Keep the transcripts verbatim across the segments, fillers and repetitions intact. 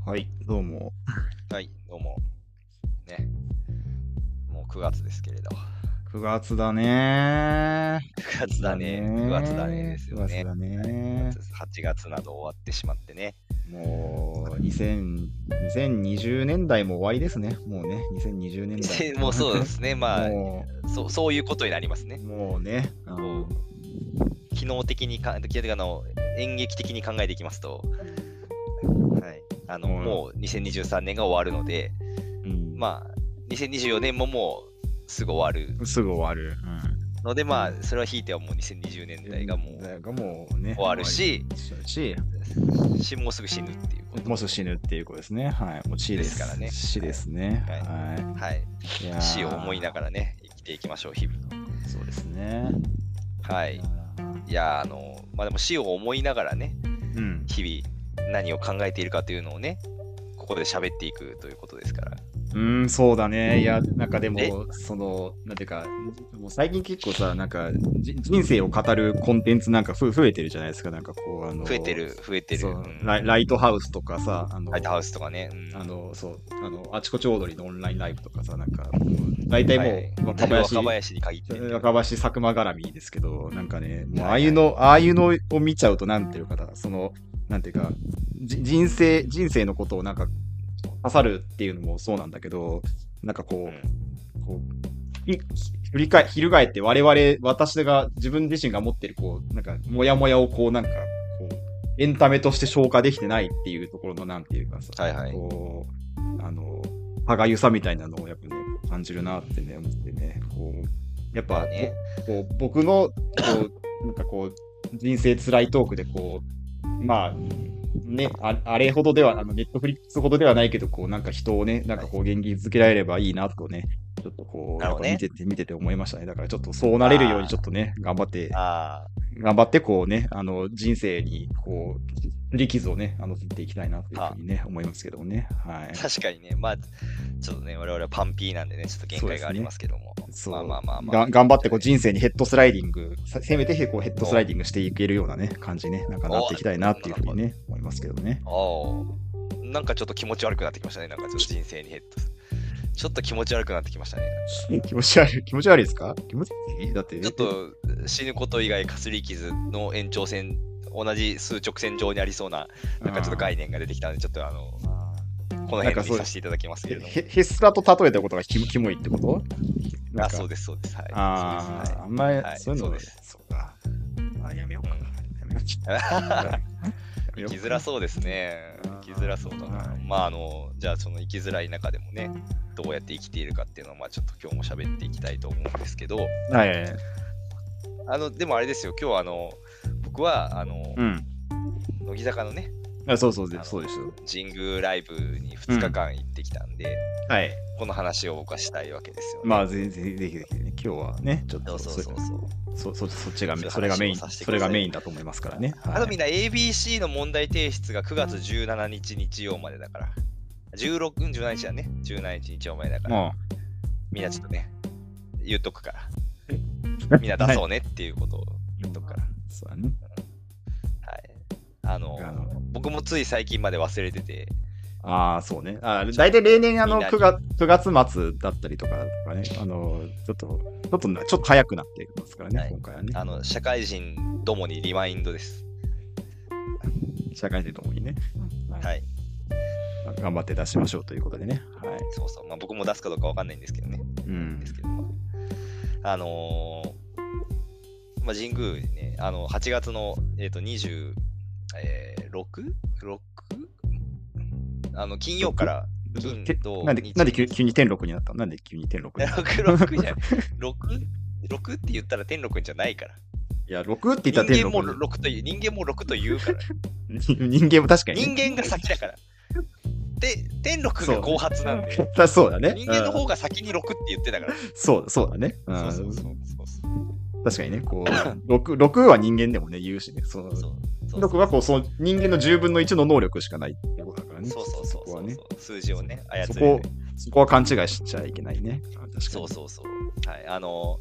はい、どうも。 はい、どうも。ね。もうくがつですけれど。 くがつだねくがつだね。くがつだねですよー。 ね。 くがつだねはちがつなど終わってしまってね。 ー。もう、にせん、にせんにじゅうねんだいも終わりですね。もうね、にせんにじゅうねんだい。 もうそうですね。まあもそ、そういうことになりますね。 う、もうね、 こう機能的にか、あの演劇的に考えていきますと、はい、あのもうもうにせんにじゅうさんねんが終わるので、 うん、 まあ、にせんにじゅうよねんももうすぐ終わる。 すぐ終わる。 ので、まあ、それはひいてはもうにせんにじゅうねんだいがもうがもうね、 終わるし、 ししもうすぐ死ぬっていうこと。 もうすぐ死ぬっていうことですね。はい。もう死です。 ですからね。 死ですね。 はい。 はいはいいやー死を思いながらね、生きていきましょう、日々。 そうですね。 はい。いやー、あの、まあでも死を思いながらね、 うん。 日々何を考えているかというのをね、ここで喋っていくということですから。 うーん、そうだね。いや、なんかでえも、その、なんていうか、もう最近結構さ、なんか、じ人生を語るコンテンツなんかふ増えてるじゃないですか。なんかこう、あの、 増えてる、増えてる。 そう、 うんライ、ライトハウスとかさ、あの、 ライトハウスとかね。うんあの、そう、あの、あちこちオードリーのオンラインライブとかさ、なんか、大体もう、 はいはい若林、 若林に限ってね。 若林佐久間絡みですけど、なんかね、もうああはいいうの、ああいうのを見ちゃうと、なんていうかな、その、なんていうか、じ人生、人生のことをなんか、刺さるっていうのもそうなんだけど、なんかこう、 うんこう、ひ振り返、翻って我々、私が、自分自身が持ってる、こう、なんか、もやもやをこう、なんか、こう、エンタメとして消化できてないっていうところの、なんていうかさ、 はいはいこう、あの、歯がゆさみたいなのをやっぱね、感じるなってね、思ってね、こう、やっぱ、 ねこう僕の、こう、なんかこう、人生辛いトークで、こう、まあ、ね、ああれほどでは、あの、ネットフリックスほどではないけど、こう、なんか人をね、なんかこう、元気づけられればいいなとね、ちょっとこう、 なるほどねやっぱ見てて、見てて思いましたね。だからちょっとそうなれるようにちょっとね、頑張って、 あ頑張ってこうね、あの、人生に、こう、擦り傷をね、あの、切っていきたいなというふうにね、思いますけどもね。はい。 確かにね、まあ、ちょっとね、我々はパンピーなんでね、ちょっと限界がありますけども。 そうまあまあまあまあ。 が頑張ってこう人生にヘッドスライディング、させめてこうヘッドスライディングしていけるようなね、感じね、なんかなっていきたいなっていうふうにね、思いますけどね。 おーなんかちょっと気持ち悪くなってきましたね。なんかちょっと人生にヘッド。ちょっと気持ち悪くなってきましたね。 気持ち悪い、気持ち悪いですか気持ち悪いだって。 ちょっと死ぬこと以外かすり傷の延長線、同じ数直線上にありそうな、なんかちょっと概念が出てきたので、ちょっとあの、この辺にさせていただきますけれども。 ヘヘスラと例えたことがキモキモいってことあ、そうです、そうです。はい。 ああ、あんまりそういうのです。 そうか。あ、やめようかな。やめよう。 生きづらそうですね。生きづらそうだな。まあ、あの、じゃあ、その生きづらい中でもね、どうやって生きているかっていうのを、まあ、ちょっと今日も喋っていきたいと思うんですけど、 はい。 あの、でもあれですよ、今日は、あの、僕は、あの、 うん。 乃木坂のね、 あそうそうです、そうですよ。 神宮ライブにふつかかん行ってきたんで、 うん、はい。 この話を僕はしたいわけですよ、ね。 まあ、ぜひぜひぜひね、今日はね、ちょっとそうそうそうそう。そそそっちが、それがメイン、それがメインだと思いますからね。 はい、あとみんな エービーシー の問題提出がくがつじゅうしちにち日曜までだから。じゅうろく、じゅうしちにちだね。じゅうしちにち日曜までだから。みんなちょっとね、言っとくから。みんな出そうねっていうことを言っとくから。 そうだね。 はい。あの、あの僕もつい最近まで忘れてて。 ああ、そうね。あ大体例年あのくがつ、くがつ末だったりとかとかね、あの、ちょっと、ちょっと、ちょっと早くなってますからね、はい、今回はね。 あの、社会人どもにリマインドです。 社会人どもにね。 はい。はい、 頑張って出しましょうということでね。はい。 そうそう。まあ僕も出すかどうかわかんないんですけどね。 うん。 ですけど、まあ、あのー、まあ、神宮にね、あの、はちがつの、えっと、にじゅうろく?ろく? あの、金曜から、金土なんで、なんで急に天禄になったのなんで急に天禄になったの ?ろく、ろくじゃん。ろく? ろくって言ったら天禄じゃないから。 いや、ろくって言ったら天禄。 人間もろくという、人間もろくと言うから。 人間も確かに、 ね。人間が先だから。で、天禄が後発なんで。 そう、そうだね。 人間の方が先にろくって言ってたから。 そう、そうだね。 そうそうそうそう。 確かにね、こう、ろく、ろくは人間でもね、言うしね、その、ろくはこう、その人間のじゅうぶんのいちの能力しかないってことだからね。 そうそうそう。そこはね。数字をね、操る、 そこ、そこは勘違いしちゃいけないね。確かに。 そうそうそう。はい。あの、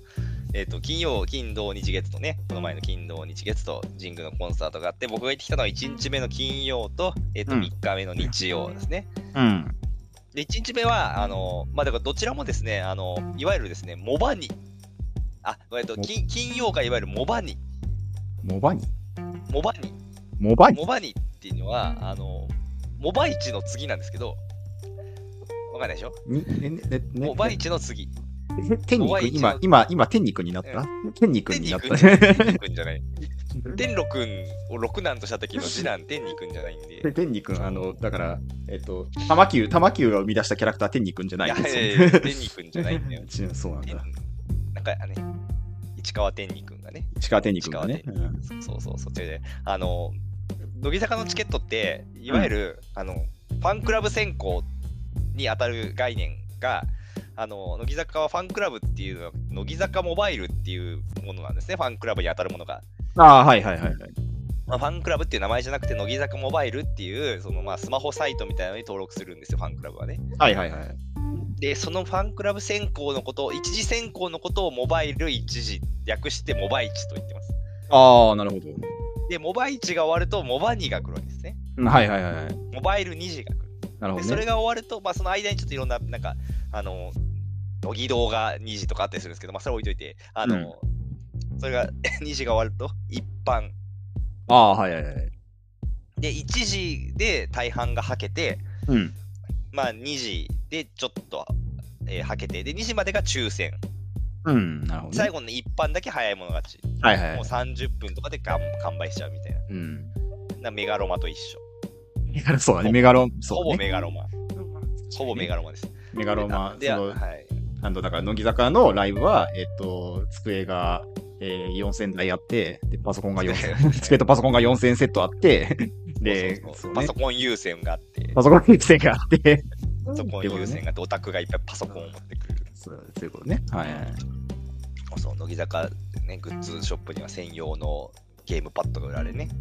えっ、と、金曜、金土日月とね、この前の金土日月と神宮のコンサートがあって、僕が行ってきたのはいちにちめの金曜と、えっ、と、 うんみっかめの日曜ですね。 うん。 で、いちにちめは、あの、まあ、だからどちらもですね、あの、いわゆるですね、モバニ。あ、えっと、金金曜がいわゆるモバニ。 モバニモバニ。 モバニモバニっていうのは、あの、モバイチの次なんですけど、わかんないでしょにねねねモバイチの次。 天肉モバイチの今、今、今、天肉になった天肉天にになった。 天にくんじゃない。天禄くんを六男とした時の次男、天にくんじゃないんで。 天肉、あの、だから、えっと、玉球、玉球が生み出したキャラクター、天肉じゃないんいやですよ。 いやいや天にくんじゃないんだよ。 違うそうなん天だ。 なんかね、市川天にくんがね。 石川天肉がね。 石うんそうそうそう。それで、あの、乃木坂のチケットって、いわゆる、あの、ファンクラブ選考に当たる概念が、あの、乃木坂はファンクラブっていうのは、乃木坂モバイルっていうものなんですね、ファンクラブに当たるものが。 ああ、はいはいはいはい。 まあ、ファンクラブっていう名前じゃなくて、乃木坂モバイルっていう、そのまあスマホサイトみたいなのに登録するんですよ、ファンクラブはね。 はいはいはい。 で、そのファンクラブ選考のことを、一次選考のことをモバイル一次、略してモバイチと言ってます。 ああ、なるほど。 で、モバイチが終わると、モバニが来るわけですね。 はいはいはいはい。 モバイルに次が来る。 なるほどね。 でそれが終わると、まあ、その間にちょっといろんな、なんか、あの、乃木動画に次とかあったりするんですけど、まあ、それ置いといて、あの、それがに次が終わると、一般。 ああ、はいはいはい。 で、いち次で大半がはけて、 うん。 まあ、に次でちょっと、えーはけて、で、に次までが抽選。 うん、なるほど、ね。 最後の一般だけ早い者勝ち。 はいはいはい。 もうさんじゅっぷんとかで完完売しちゃうみたいな。 うん。 なメガロマと一緒。 メガロそうだね、メガロ、そう、ね、 ほぼメガロマ。ほぼメガロマです。 メガロマ、 で、 その、 はい。 あの、だから、乃木坂のライブは、えっと、机が、えー、よんせんだいあって、で、パソコンがよんせん、机とパソコンがよんせんセットあって、で、 そうそうそうそうねパソコン優先があって、 パソコン優先があって、 パソコン優先があって、オタクがいっぱいパソコンを持ってくる。 そうそういうことね。はいはい。 そう、乃木坂、ね、グッズショップには専用のゲームパッドが売られね。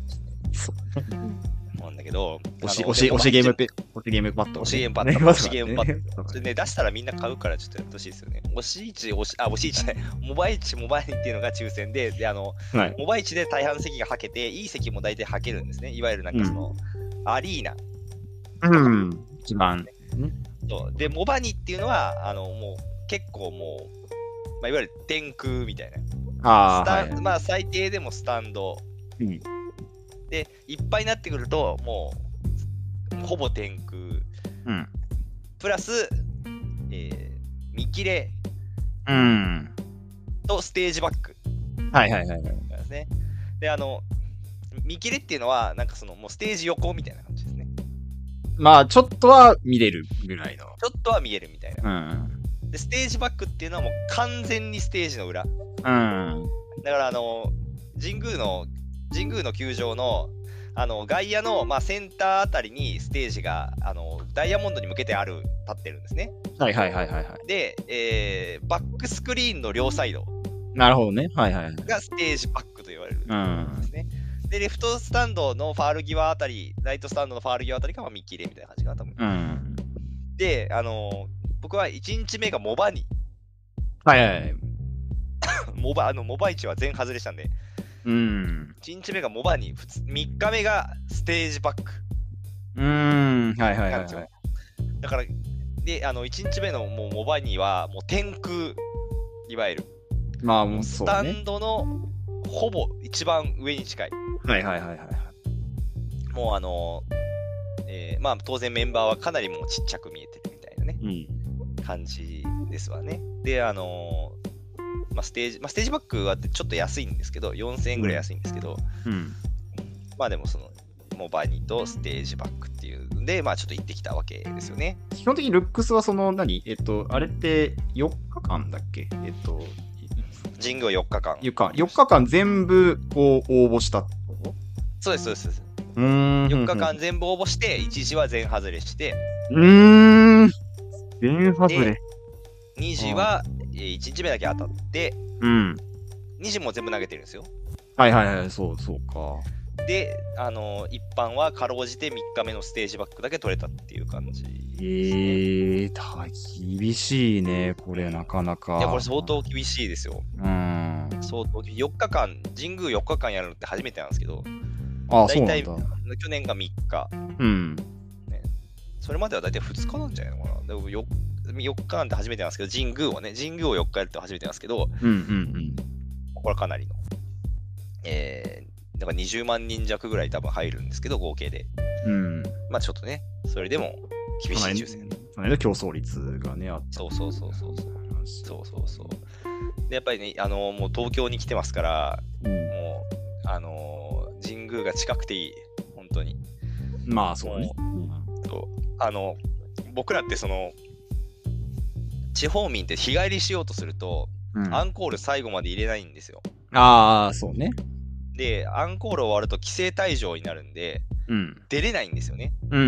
そうなんだけど、 推し、推し、推しゲームペ、推しゲームパッド、 推しゲームパッド、 ね推しゲームパッド。 ねそれね、出したらみんな買うからちょっとやってほしいですよね。推しいち、推し、あ、推しいちね、モバイチ、モバイチっていうのが抽選で、で、あの、 はい。 モバイチで大半席がはけて、いい席も大体はけるんですね。いわゆるなんかその、アリーナ。 うん。一番。 そうで、モバニっていうのは、あの、もう結構もう、まあ、いわゆる天空みたいな。 ああ、 スタンはい。 まあ、最低でもスタンド。 うんで、いっぱいになってくると、もう、ほぼ天空。 うん。 プラス、えー、見切れうん。 とステージバックはいはいはいはい。 なんですね。で、あの、見切れっていうのは、なんかその、もうステージ横みたいな感じですね。 まあ、ちょっとは見れるぐらいの。 ちょっとは見えるみたいな。 うん。 で、ステージバックっていうのはもう完全にステージの裏。 うん。 だから、あの、神宮の、神宮の球場の、あの、外野の、まあ、センターあたりにステージが、あの、ダイヤモンドに向けてある、立ってるんですね。 はいはいはいはいはい。 で、えー、バックスクリーンの両サイドなるほどね。はいはいはい。 がステージバックと言われるんうんで。すね。で、レフトスタンドのファール際あたり、ライトスタンドのファール際あたりがまあ見切れみたいな感じかな、多分。 うん。 で、あのー僕はいちにちめがモバに、 はいはいはい。 モバ、あの、モバイチは全外れしたんで、 うん。 いちにちめがモバに、みっかめがステージバックうん。はいはいはいなんですよ。 はい。 だから、で、あの、いちにちめのもうモバには、もう天空、いわゆる、 まあもうスそうね。 タンドのほぼ一番上に近い。 はいはいはいはい。 もうあのーえーまあ当然メンバーはかなりもうちっちゃく見えてるみたいなね、 うん。 感じですわね。で、あのーまあステージ、まあステージバックはちょっと安いんですけど、よんせんえんぐらい安いんですけど、 うん。 まあでもその、モバニとステージバックっていうんで、まあちょっと行ってきたわけですよね。 基本的にルックスはその何えっと、あれってよっかかんだっけえっと、 神宮よっかかん。 よっかよっかかん全部こう応募したってことそうです、そうですそうです。 うーん。 よっかかん全部応募して、いち次は全外れして、 うーん。全外れ。 に次はえーいちにちめだけ当たって、 うん。 に次も全部投げてるんですよ。 はいはいはい、そうそうか。 で、あの一般はかろうじてみっかめのステージバックだけ取れたっていう感じですね。 えー、た厳しいね、これなかなか。 いや、これ相当厳しいですよ。 うん。 相当、よっかかん、神宮よっかかんやるのって初めてなんですけど、 ああ、そうなんだ。 去年がみっか。 うん。 ね、それまでは大体ふつかなんじゃないのかな。でも よ, よっかかんって初めてなんですけど、神宮をね、神宮をよっかやるって初めてなんですけど、 うんうんうん。 これはかなりの。えー、だからにじゅうまんにん弱ぐらい多分入るんですけど、合計で。 うん。 まあちょっとね、それでも厳しい抽選。 その競争率がね、あった。 そうそうそうそうそう。そうそうそう。で、やっぱりね、あのー、もう東京に来てますから、うん、もう、あのー、神宮が近くていい、本当に。 まあ、そうね。 そうあの、僕らってその、地方民って日帰りしようとすると、うん、アンコール最後まで入れないんですよ。 ああ、そうね。 で、アンコール終わると規制退場になるんで、うん、出れないんですよね。 うん。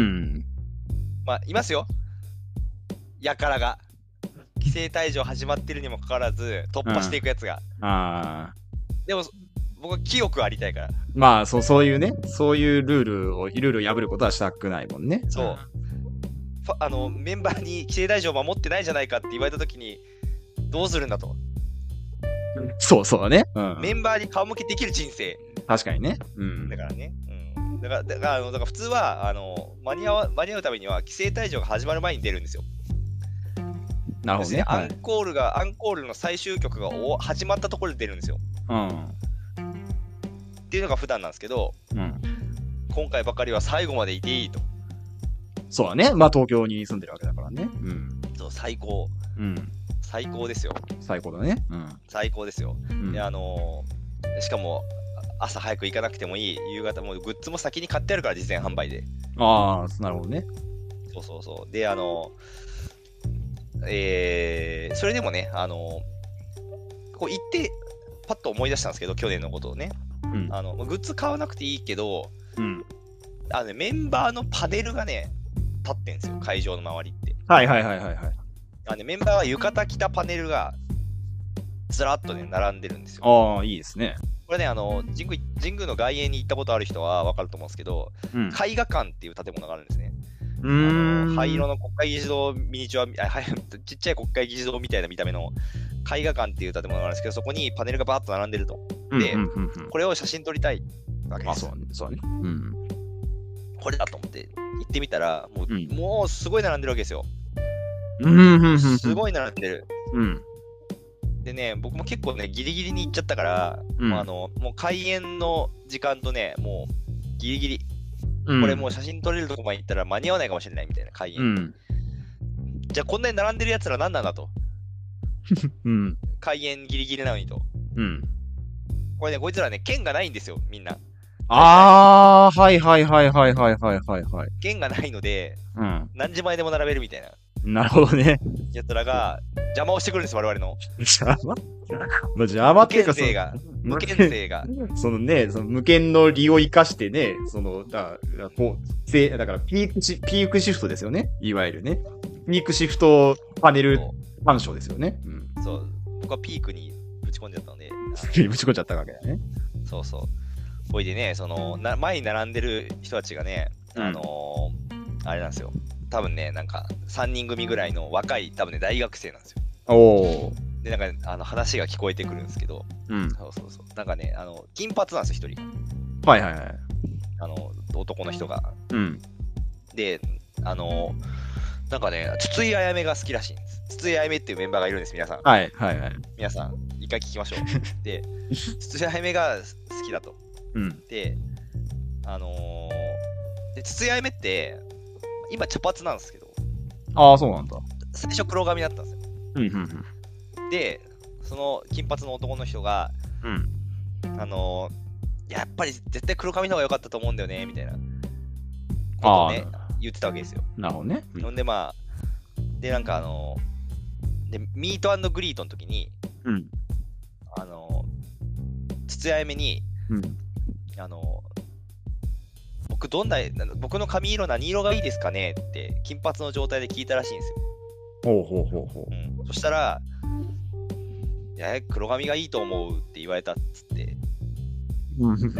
まあ、いますよ。やからが。規制退場始まってるにもかかわらず、突破していくやつが。 うん、ああ。 でも、僕は清くありたいから。 まあ、そう、そういうね、そういうルールを、ルールを破ることはしたくないもんね。 そう。うん、あの、メンバーに規制退場守ってないじゃないかって言われたときに、どうするんだと。 そうそうだね、 うん。メンバーに顔向けできる人生。 確かにね。 うん。だからね。うん。だから、だから、あのだから普通は、あの、間に合わ、間に合うためには、規制退場が始まる前に出るんですよ。 なるほどね。 アンコールが、はい、アンコールの最終曲がお始まったところで出るんですよ。うん。っていうのが普段なんですけど、うん、今回ばかりは最後までいていいと。 そうだね。まあ東京に住んでるわけだからね。うん。 そう、最高。うん。最高ですよ。 最高だね。うん。 最高ですよ。うん、で、あのー、しかも、朝早く行かなくてもいい、夕方もグッズも先に買ってあるから、事前販売で。 ああ、なるほどね。 そうそうそう。で、あのー、えー、それでもね、あのー、こう行って、パッと思い出したんですけど、去年のことをね。うん、あのグッズ買わなくていいけど、うん、あのね、メンバーのパネルがね、立ってんですよ、会場の周りって。 はいはいはいはい、はい。 あのね、メンバーは浴衣着たパネルがずらっとね、並んでるんですよ。 ああ、いいですね。 これね、あの神宮、神宮の外苑に行ったことある人は分かると思うんですけど、うん、絵画館っていう建物があるんですね。うーん、灰色の国会議事堂ミニチュア、あちっちゃい国会議事堂みたいな見た目の絵画館っていう建物があるんですけど、そこにパネルがバーッと並んでると。で、うんうんうんうん、これを写真撮りたいわけです。 あ、そうね、そうね。うん。 これだと思って行ってみたら、もう、うん、もうすごい並んでるわけですよ。 うんうんうん、 すごい並んでる。 うん。 でね、僕も結構ね、ギリギリに行っちゃったから、うん、もうあの、もう開演の時間とね、もうギリギリ。うん、これもう写真撮れるとこまで行ったら間に合わないかもしれないみたいな開演。うん、じゃあこんなに並んでるやつら何なんだと。うん、開演ギリギリなのにと。うん、これね、こいつらね、剣がないんですよ、みんな。 あー、はいはいはいはいはいはいはいはい。 剣がないので、うん、何時前でも並べるみたいな。 なるほどね。 やつらが邪魔をしてくるんです、我々の。 邪魔邪魔っていうか、 無権勢が。無権勢が。 そのね、その無権の利を生かしてね、その、だからこう、だからピークシ、ピークシフトですよね。いわゆるね。ピークシフトパネル干渉ですよね。 うん。そう。僕はピークにぶち込んじゃったので。 ぶち込んじゃったわけだね。 そうそう。ほいでね、その、な前に並んでる人たちがね、あのー、あれなんですよ。多分ね、なんかさんにん組ぐらいの若い、多分ね、大学生なんですよ。 おー。 で、なんかあの話が聞こえてくるんですけど、うん。そうそうそう。なんかね、あの、金髪なんですよ、一人。 はいはいはい。 あの、男の人が。 うん。 で、あの、なんかね、筒井あやめが好きらしいんです。筒井あやめっていうメンバーがいるんです、皆さん。 はいはいはい。 皆さん、一回聞きましょう。で、筒井あやめが好きだと。 うん。 で、あのー、で筒井あやめって、今茶髪なんですけど。 ああ、そうなんだ。 最初黒髪だったんですよ。 うんうんうん。 で、その金髪の男の人が、 うん、 あのー、やっぱり絶対黒髪の方が良かったと思うんだよね、みたいなことをね、言ってたわけですよ。 なるほどね。 ほ、うん、で、まあ、で、なんかあのー、で、ミート&グリートの時に、 うん、 あのー、筒井あやめに、 うん、 あのー、僕どんな、僕の髪色何色がいいですかねって金髪の状態で聞いたらしいんですよ。 ほうほうほうほう。 うん、そしたら、いや、黒髪がいいと思うって言われたっつって、ね。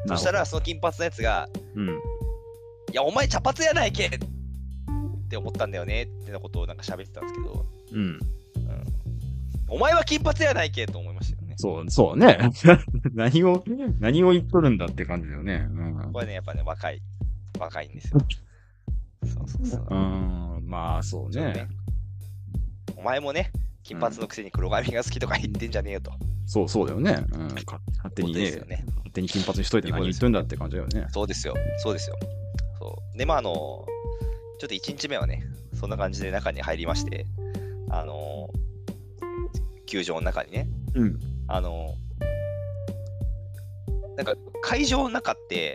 そしたら、その金髪のやつが、 うん。 いや、お前茶髪やないけって思ったんだよねってなことをなんか喋ってたんですけど、 うん。 うん、お前は金髪やないけと思いましたよね。 そう、そうね。何を、何を言っとるんだって感じだよね。うん。 これね、やっぱね、若い。若いんですよ。そうそうそう。 うん、まあ、そうね。 ねお前もね、金髪のくせに黒髪が好きとか言ってんじゃねえよと。 そうそうだよね。うん、勝手にね、 ね勝手に金髪にしといて何言ってんだって感じだよね。 そうですよ。そうですよ。そうで、まあ、あの、ちょっといちにちめはね、そんな感じで中に入りまして、あの、球場の中にね、 うん。 あの、なんか会場の中って、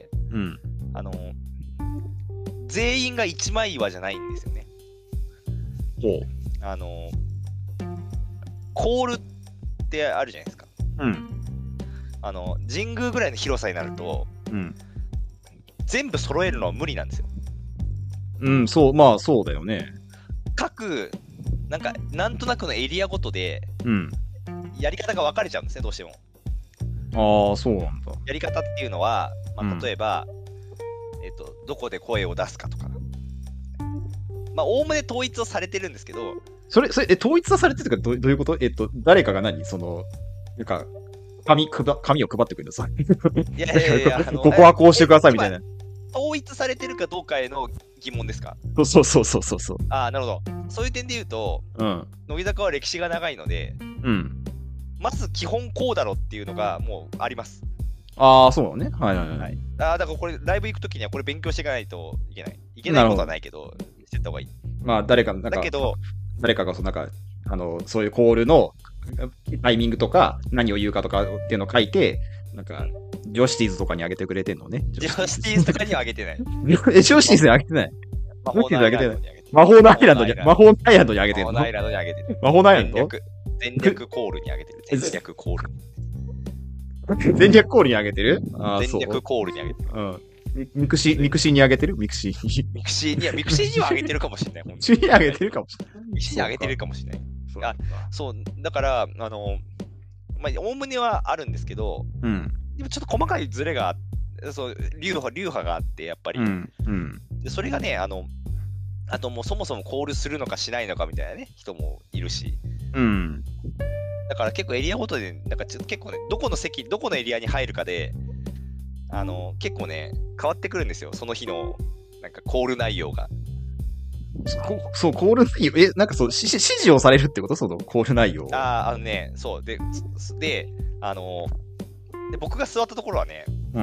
うん。 あの、全員が一枚岩じゃないんですよね。 ほう。 あの、コールってあるじゃないですか。 うん。 あの、神宮ぐらいの広さになると、 うん。 全部揃えるのは無理なんですよ。 うん、そう、まあそうだよね。 各、なんか、なんとなくのエリアごとで、 うん。 やり方が分かれちゃうんですね、どうしても。 ああ、そうなんだ。 やり方っていうのは、まあ、 うん例えば、えっと、どこで声を出すかとか。まあ、おおむね統一はされてるんですけど、 それ、それ、え、統一はされてるかどうどういうことえっと、誰かが何その、なんか、紙、くば紙を配ってくるのさ。 いやいやいやあのここはこうしてくださいみたいな。 統一されてるかどうかへの疑問ですか？ そうそうそうそうそう。 ああ、なるほど。そういう点で言うと、 うん。 乃木坂は歴史が長いので、 うん。 まず基本こうだろっていうのがもうあります。 ああ、そうだね。はいはいはい。はい、 ああ、だからこれ、ライブ行くときにはこれ勉強していかないといけない。いけないことはないけど、してった方がいい。 まあ、誰か、なんか、 だけど、 誰かがその、なんか、あの、そういうコールのタイミングとか、何を言うかとかっていうのを書いて、なんか、ジョシティーズとかにあげてくれてんのね。 ジョシティーズとかにはあげてない。 え、ジョシティーズにあげてない魔法のアイランドにあげてる。 魔法のアイランドに、魔法のアイランドにあげてるの魔法のアイランドにあげてる。 魔法のアイランド全略、全略コールにあげてる。全略コール。 全略コールにあげてるあ全略コールにあげてる。 うん。ミクシー、ミクシーにあげてるミクシーに。 ミクシーには、ミクシーにはあげてるかもしれない。 ミクシーにあげてるかもしれない。 ミクシーにあげてるかもしれない。あ、そう、だから、あの、まあ、おおむねはあるんですけど、 うん。 でもちょっと細かいズレが、そう、流派、流派があって、やっぱり。 うん。うん。 でそれがね、あの、あともうそもそもコールするのかしないのかみたいなね、人もいるし。 うん。 だから結構エリアごとで、なんかちょっと結構ね、どこの席、どこのエリアに入るかで、あの、結構ね、変わってくるんですよ、その日の、なんかコール内容が。 そう、コール内容、え、なんかそう、し指示をされるってことそのコール内容。 ああ、あのね、そう、で、で、あの、で僕が座ったところはね、 うん。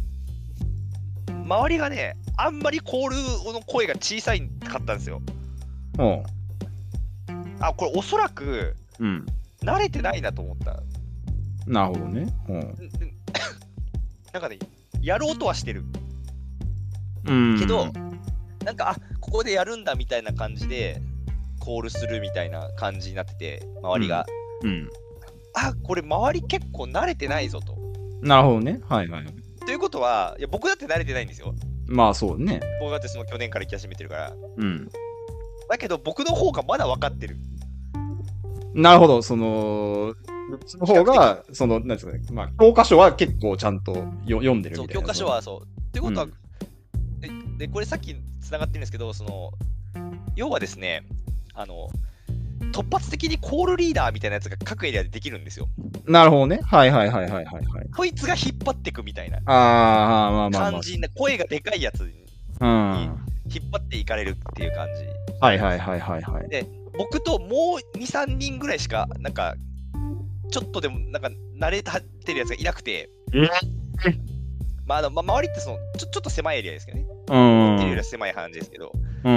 周りがね、あんまりコールの声が小さいかったんですよ。 うん。 あ、これおそらく、 うん。 慣れてないなと思った。 なるほどね。うん。 なんかね、やろうとはしてる。 うん。 けど、なんか、あ、ここでやるんだみたいな感じで、コールするみたいな感じになってて、周りが。 うん。うん、 あ、これ周り結構慣れてないぞと。 なるほどね。はいはい。 ということは、いや僕だって慣れてないんですよ。 まあそうね。 僕だってその去年から行き始めてるから。 うん。 だけど僕の方がまだ分かってる。 なるほど、その、その方が、その、なんですかね、まあ、教科書は結構ちゃんとよ読んでるみたいな。 そう、教科書はそう。ってことは、うん、で、これさっきつながってるんですけど、その、要はですね、あの、突発的にコールリーダーみたいなやつが各エリアでできるんですよ。 なるほどね。はいはいはいはいはい、はい。 こいつが引っ張ってくみたいな。 ああ、まあまあ、まあ。 感じな、声がでかいやつに引っ張っていかれるっていう感じ。 はいはいはいはいはい。 で、僕ともうに、さんにんぐらいしか、なんか、ちょっとでも、なんか、慣れてるやつがいなくて、まあ、あの、まあ、周りってそのちょ、ちょっと狭いエリアですけどね。 うん。 っていうよりは狭い感じですけど、 うん。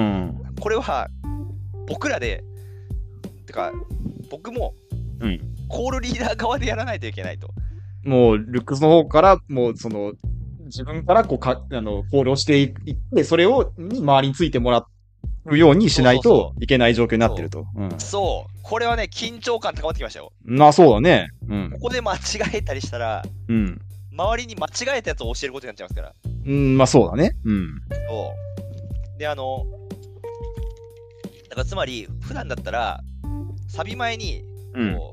これは、僕らで、てか、僕も、 うん、 コールリーダー側でやらないといけないと。 もう、ルックスの方から、もう、その、自分からこうか、あの、コールをしていって、それを、に周りについてもらうようにしないといけない状況になってると。 そうそうそう、うん、そう。これはね、緊張感高まってきましたよ。 まあ、そうだね。うん。 ここで間違えたりしたら、 うん。 周りに間違えたやつを教えることになっちゃいますから。 うん、まあそうだね。うん。 そう。で、あの、だからつまり、普段だったら、サビ前に、こう、うん、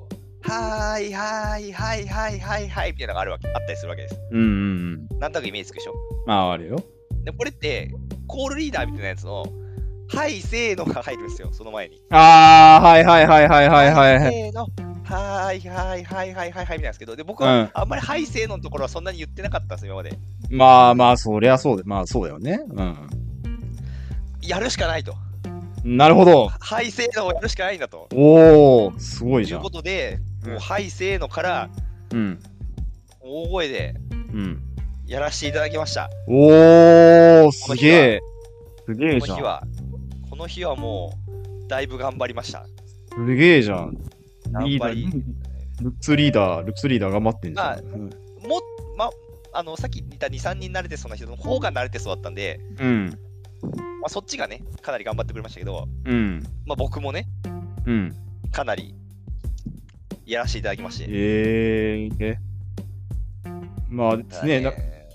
はーいはーいはいはいはいはいみたいなのがあるわけ、あったりするわけです。 うんうんうん。 なんとなくイメージつくでしょ。 まあ、あるよ。 で、これって、コールリーダーみたいなやつの、はいせーのが入るんですよ、その前に。 ああ、はいはいはいはいはいはい。 はいせーの、はーいはいはいはいはいはいみたいなんですけど、で、僕はあんまりはいせーののところはそんなに言ってなかったんですよ、今まで。 まあまあ、そりゃそうで、まあそうだよね。うん。 やるしかないと。 なるほど。 はいせーのをやるしかないんだと。 おー、すごいじゃん。 ということで、もうはいせーのから、 うん。 大声でうん。 やらせていただきました。 おー、すげえ。すげえじゃん。 この日は、この日はもう、だいぶ頑張りました。 すげえじゃん。リーダ頑張りー、ルックスリーダー、ルックスリーダー頑張ってんじゃん。 まあも、ま、あの、さっき言ったに、さんにん慣れてそうな人の方が慣れてそうだったんで、 うん。 まあ、そっちがね、かなり頑張ってくれましたけど、 うん。 まあ、僕もね、 うん。 かなりやらせていただきまして。 えー、え。まあですね、な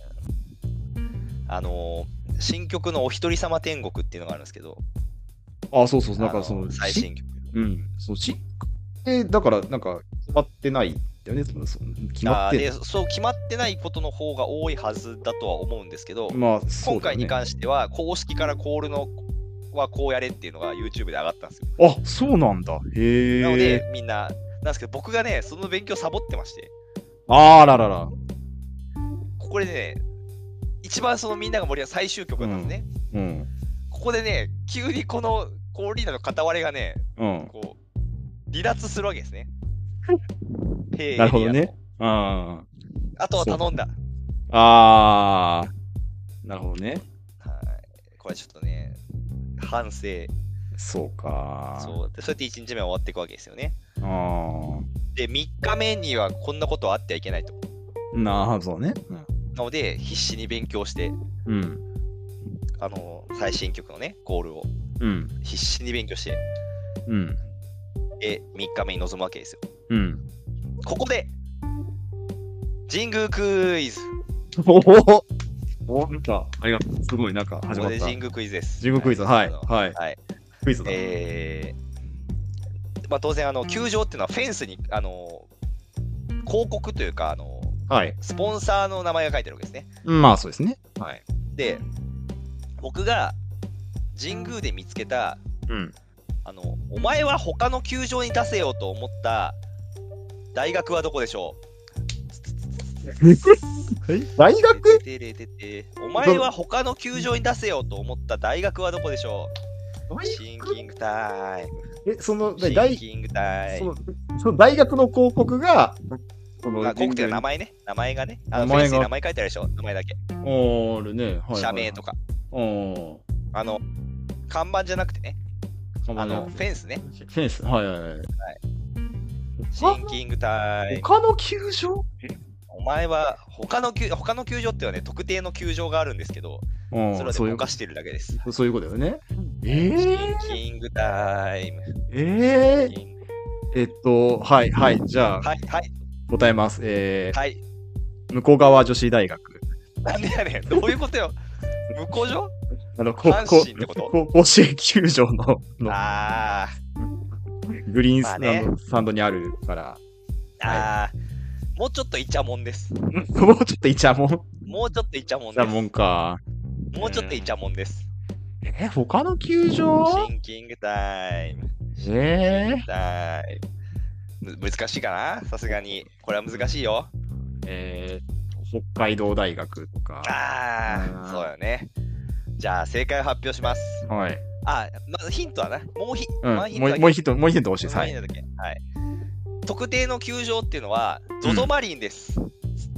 あのー、新曲のお一人様天国っていうのがあるんですけど、 あ、そうそう、なんかその、 最新曲。 うん、そう、し、え、だから、なんか、決まってないんだよね、その、その決まってでそう、決まってないことの方が多いはずだとは思うんですけど、 まあ、そう今回に関しては、公式からコールのはこうやれっていうのが YouTube で上がったんですよ。 あ、そうなんだ。へえ。 なので、みんな、なんですけど、僕がね、その勉強サボってまして。 あららら。 ここでね、一番そのみんなが盛り上がる最終曲なんですね。 うん。うん、ここでね、急にこのコールリーダーの片割れがね、 うん、 こう、離脱するわけですね。 なるほどね。ああとは頼んだ。 ああ、なるほどね。 はい。これちょっとね、反省。 そうか。 そうでそうやっていちにちめは終わっていくわけですよね。 ああ。 で、みっかめにはこんなことあってはいけないと。 なるほどね。うん、 なので、必死に勉強して、 うん、 あの、最新曲のね、コールを、 うん、 必死に勉強して、 うん、 で、みっかめに臨むわけですよ。 うん。 ここで、神宮クイズ。 おおおなんか、ありがとう。すごい、なんか始まった。 ここで神宮クイズです。 神宮クイズ、はい、はい。 はい。 クイズだ。 えー、まあ当然、あの、球場っていうのはフェンスに、あの、広告というか、あの、 はい。 スポンサーの名前が書いてあるわけですね。 まあ、そうですね。はい。 で、僕が神宮で見つけた、 うん。 あの、お前は他の球場に出せようと思った大学はどこでしょう？ え大学？ お前は他の球場に出せようと思った大学はどこでしょう？シンキングタイム。 え、その、 シンキングタイム。 その大学の広告が、 その広告っていう名前ね。名前がね。あの名前がフェンスに名前書いてあるでしょ。名前だけ。 おーるね。はいはいはい、 社名とか。 おあの、看板じゃなくてね。あの、フェンスね。 フェンス。はいはいはい。はい、 シンキングタイム。 他の球場？ お前は他の球他の球場っていうのはね、特定の球場があるんですけど、それはでぼかしてるだけです。 そういうことだよね。えー、 シンキングタイム。 えー、えっと、はいはい、じゃあ、 はいはい、 答えます。えー、 はい。 向こう側女子大学。 なんでやねん、どういうことよ。向こう上あの、 阪神ってことこ甲子園球場ののあグリーンス、 まあね、 スタンドにあるから。 ああ、はい、もうちょっとイチャモンです。 もうちょっとイチャモンもうちょっとイチャモンです。 イチャモンか。 もうちょっとイチャモンです。 えー、他の球場？ シンキングタイム。 えー、タイム。難しいかな、さすがに。これは難しいよ。 えー、北海道大学とか。 ああ、そうよね。じゃあ、正解を発表します。 はい。 あ、まずヒントはな。もうヒ,、 うん、もうもうヒント、もうヒント欲しいです。はい。 はい。特定の球場っていうのは、ゾゾマリンです。ゾ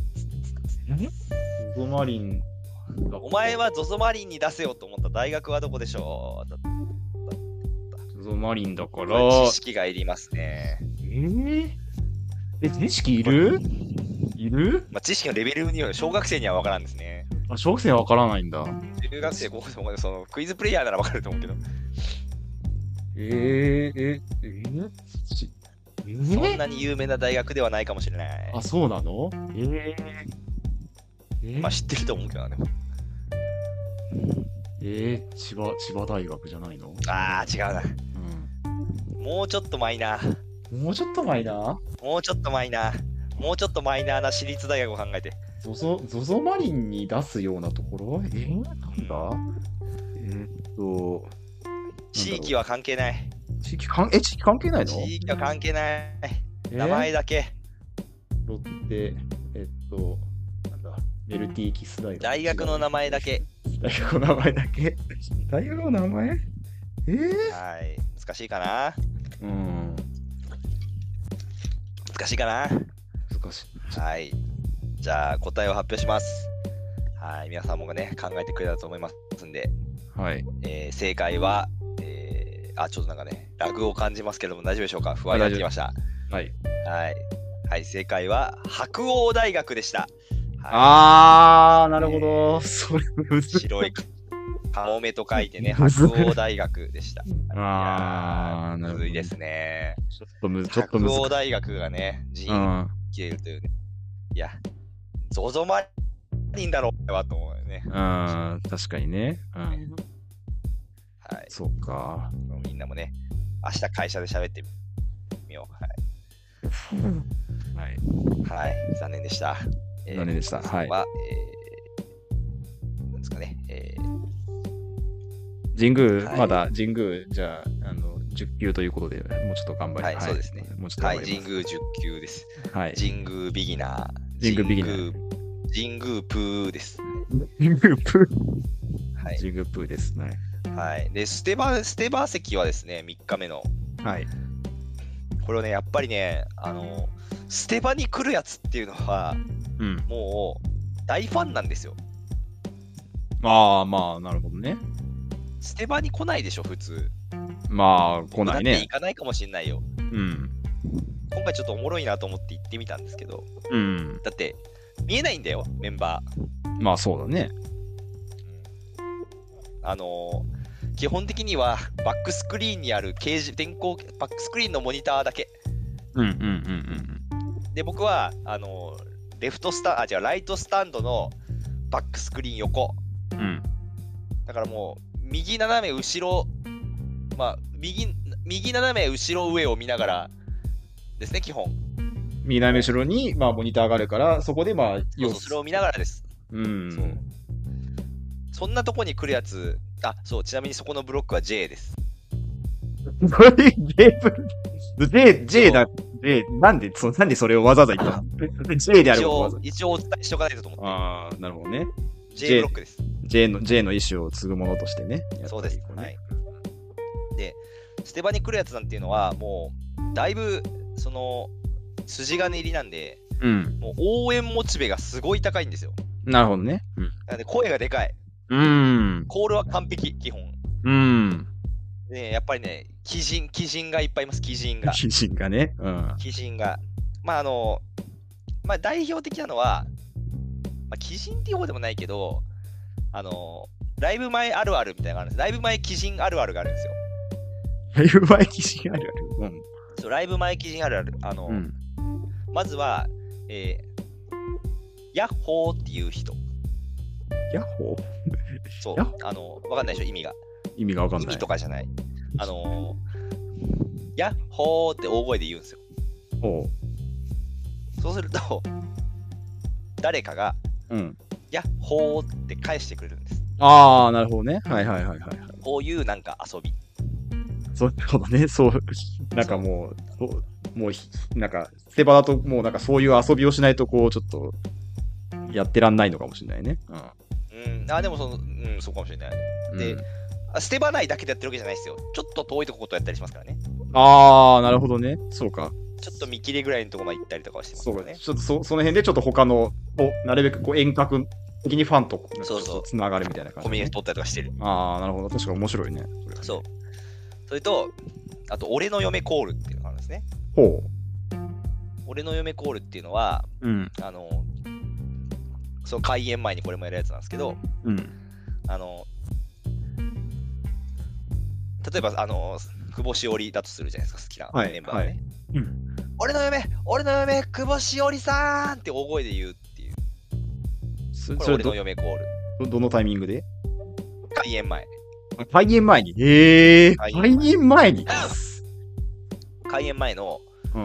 ゾマリン。 お前はゾゾマリンに出せようと思った大学はどこでしょう？ゾゾマリンだから。 知識がいりますね。 えー、え、知識いる？いる？ まあ、知識のレベルによる小学生には分からんですね。 あ、小学生は分からないんだ。 中学生、高校生、そのクイズプレイヤーなら分かると思うけど。 えー、え、えー、 えー、そんなに有名な大学ではないかもしれない。 あ、そうなの？えー、 えー、まあ知ってると思うけどね。 えー、千葉、千葉大学じゃないの？ ああ、違うな。うん。もうちょっとマイナー。 もうちょっとマイナー？ もうちょっとマイナー。もうちょっとマイナーな私立大学を考えて。 ゾゾ、ゾゾマリンに出すようなところえー、なんだえー、っと、 地域は関係ない。 地域かんえ地域関係ないの地域は関係ない。 えー、 名前だけ。 ロッテ、えっと、なんだ、メルティーキス大学。 大学の名前だけ。 大学の名前だけ。大学の名前えー、 はい。難しいかなうん。 難しいかな難しい。 はい。じゃあ答えを発表します。はい。皆さんもね、考えてくれたと思いますんで。 はい。 えー、正解は、えー、あ、ちょっとなんかね、ラグを感じますけども大丈夫でしょうか？不安になってきました。 はい。 はい。はい、正解は白鴎大学でした。はい、 あー、なるほど。それむずい。 白いカモメと書いてね、白鴎大学でした。 あー、 むずいですね。 ちょっとむず、ちょっとむずい。 白鴎大学がね、人員消えるというね。いや、ゾゾマリンだろうわと思うよね。 うん、確かにね。うん。はい。そうか。 みんなもね、明日会社で喋ってみよう。はい。はい。はい。残念でした。 残念でした。はい。 は、えー、なんですかね。えー、 神宮、はい、まだ神宮、じゃあ、あの、じゅっ級ということで、もうちょっと頑張ります。 はい、そうですね。 もうちょっと頑張ります。はい、神宮じゅっ級です。 はい。 神宮ビギナー。 神宮ビギナー。 神宮プーです。 神宮プー。 はい。 神宮プーですね。 はい。で、ステバ、ステバ席はですね、みっかめの。 はい。 これをね、やっぱりね、あの、ステバに来るやつっていうのは、 うん、 もう大ファンなんですよ。 ああ、まあ、なるほどね。 ステバに来ないでしょ、普通。 まあ、来ないね。 だって行かないかもしれないよ。 うん。 今回ちょっとおもろいなと思って行ってみたんですけど、 うん。 だって、見えないんだよ、メンバー。まあ、そうだね。 うん、あのー、基本的にはバックスクリーンにある掲示、電光、バックスクリーンのモニターだけ。 うんうんうんうん。 で、僕は、あのー、レフトスタン、あ、違う、ライトスタンドのバックスクリーン横。 うん。 だからもう、右斜め後ろ、まあ、右、右斜め後ろ上を見ながらですね、基本。 右斜め後ろに、まあ、モニターがあるから、そこで、まあ、 そうそう、それを見ながらです。 うん。 そう。そんなとこに来るやつ、あ、そう、ちなみにそこのブロックは J です。 J、J だ、J、なんで、そなんでそれをわざわざ言ったの？ J であることわざ一応、一応お伝えしておかないとと思って。 ああ、なるほどね。 J ブロックです。 J の、J の意思を継ぐものとしてね。 そうです。はい。で、ステバに来るやつなんていうのは、もう、だいぶ、その、筋金入りなんで、 うん、 もう応援モチベがすごい高いんですよ。 なるほどね。 うん、なんで声がでかい。 うん。 コールは完璧、基本。 うん。 で、やっぱりね、鬼人、鬼人がいっぱいいます、鬼人が。 鬼人がね。うん。 鬼人が。まあ、あの、まあ、代表的なのは、まあ、鬼人っていう方でもないけど、あの、ライブ前あるあるみたいなのがあるんです。ライブ前鬼人あるあるがあるんですよ。 ライブ前鬼人あるあるうん。 そう、ライブ前鬼人あるある。あの、うん、まずは、えー、ヤッホーっていう人。 ヤッホーそう、あの、わかんないでしょ、意味が。 意味がわかんない。 意味とかじゃない。あの、ヤッホーって大声で言うんですよ。 ほう。そうすると、誰かが、 うん、 ヤッホーって返してくれるんです。 ああ、なるほどね。はいはいはいはい。 こういうなんか遊び。 そういうことね。そう、なんかもう、そうもう、なんか、ステバだともうなんかそういう遊びをしないと、こう、ちょっと、やってらんないのかもしれないね。 うん。うん、あ、でもその、うん、そうかもしれない。で、うん、ステバ内だけでやってるわけじゃないですよ。ちょっと遠いとことやったりしますからね。 あー、なるほどね。そうか。 ちょっと見切れぐらいのとこまで行ったりとかはしてますからね。 そう、ちょっとそその辺でちょっと他の、なるべくこう遠隔的にファンとつながるみたいな感じ、ね。 コミュニケーション取ったりとかしてる。 あー、なるほど。確かに面白いね。 そ, そう。それと、あと、俺の嫁コールっていうのがあるんですね。 ほう。 俺の嫁コールっていうのは、 うん、 あの、その開演前にこれもやるやつなんですけど、 うん、 あの、例えば、あの、久保しおりだとするじゃないですか、好きなメンバーがね。 はいはい、うん、 俺の嫁、俺の嫁、久保しおりさーんって大声で言うっていう。これ俺の嫁コール。 ど, どのタイミングで？ 開演前。 開演前にへー、開演前に開演前の、 うん、 あ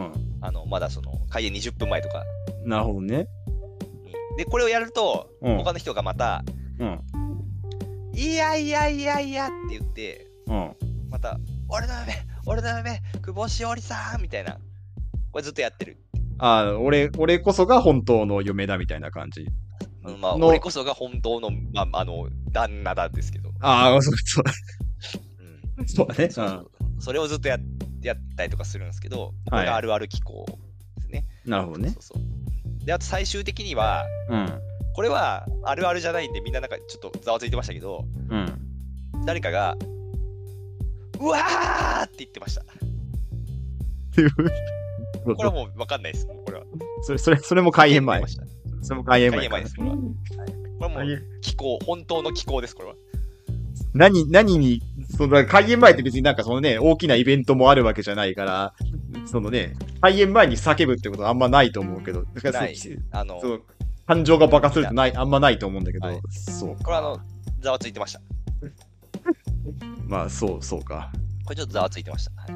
あのまだその開演にじゅっぷんまえとかなるほどね。 に。で、これをやると、 うん他の人がまた、 うん。 いやいやいやいやって言って、 うん。 また、俺の嫁、俺の嫁、久保しおりさんみたいな。これずっとやってる。 ああ、俺、俺こそが本当の嫁だみたいな感じ。 うんまあ、 の俺こそが本当の、まあ、あの、旦那なんですけど。 ああ、そうそう。 うん、 そうだね。 そうそうそれをずっとややったりとかするんですけど、これがあるある機構ですね。 なるほどねそう。そうで、あと最終的には、 うん。 これはあるあるじゃないんで、みんななんかちょっとざわついてましたけど、 うん。 誰かが、うわーって言ってました。 っていう。 これはもう分かんないです。もうこれは。 それ、それ、それも開演前言。ってましたそれも開演前。 開演前です、これは。はい、これはもう気候、本当の気候です、これは。 何、何に、その、開演前って別になんかそのね、大きなイベントもあるわけじゃないから、そのね、開演前に叫ぶってことはあんまないと思うけど、 ないあのそう、感情が爆発するってない、あんまないと思うんだけど、 はい、 そうか。 これはあの、ざわついてました。 まあ、そう、そうか。 これちょっとざわついてました。はい、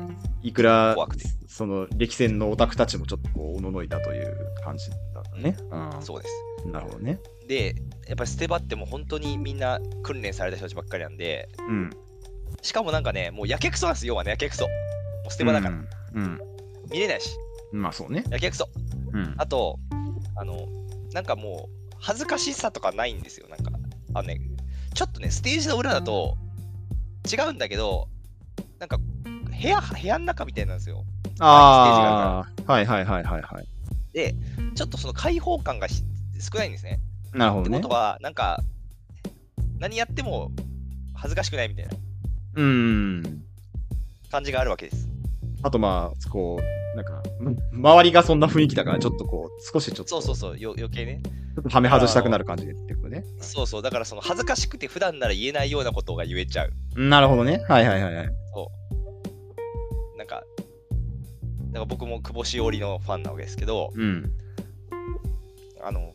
いくら怖くて、 その、歴戦のオタクたちもちょっとこう、おののいたという感じだったね。 うんうん、そうです。 なるほどね。 で、やっぱり捨て場ってもう本当にみんな訓練された人たちばっかりなんで、 うん。 しかもなんかね、もうやけくそなんですよ、要はね、やけくそ。もう捨て場だから。 うん。うん、 見れないし。 まあそうね。 やけくそ。 うん。 あと、あの、なんかもう、恥ずかしさとかないんですよ、なんか。あのね、ちょっとね、ステージの裏だと違うんだけど、なんか、部屋、部屋の中みたいなんですよ。 ああ、はいはいはいはいはい。 で、ちょっとその開放感が少ないんですね。 なるほどね。 ってことは、なんか、何やっても恥ずかしくないみたいなうん感じがあるわけです。 あとまあ、こう、なんか、周りがそんな雰囲気だから、ちょっとこう、少しちょっと、 そうそうそう、よ余計ね。 ちょっとはめ外したくなる感じでってことね。 そうそう、だからその恥ずかしくて普段なら言えないようなことが言えちゃう。 なるほどね。はいはいはいはい。 そう。なんか、なんか僕も久保しおりのファンなわけですけど、 うん。 あの、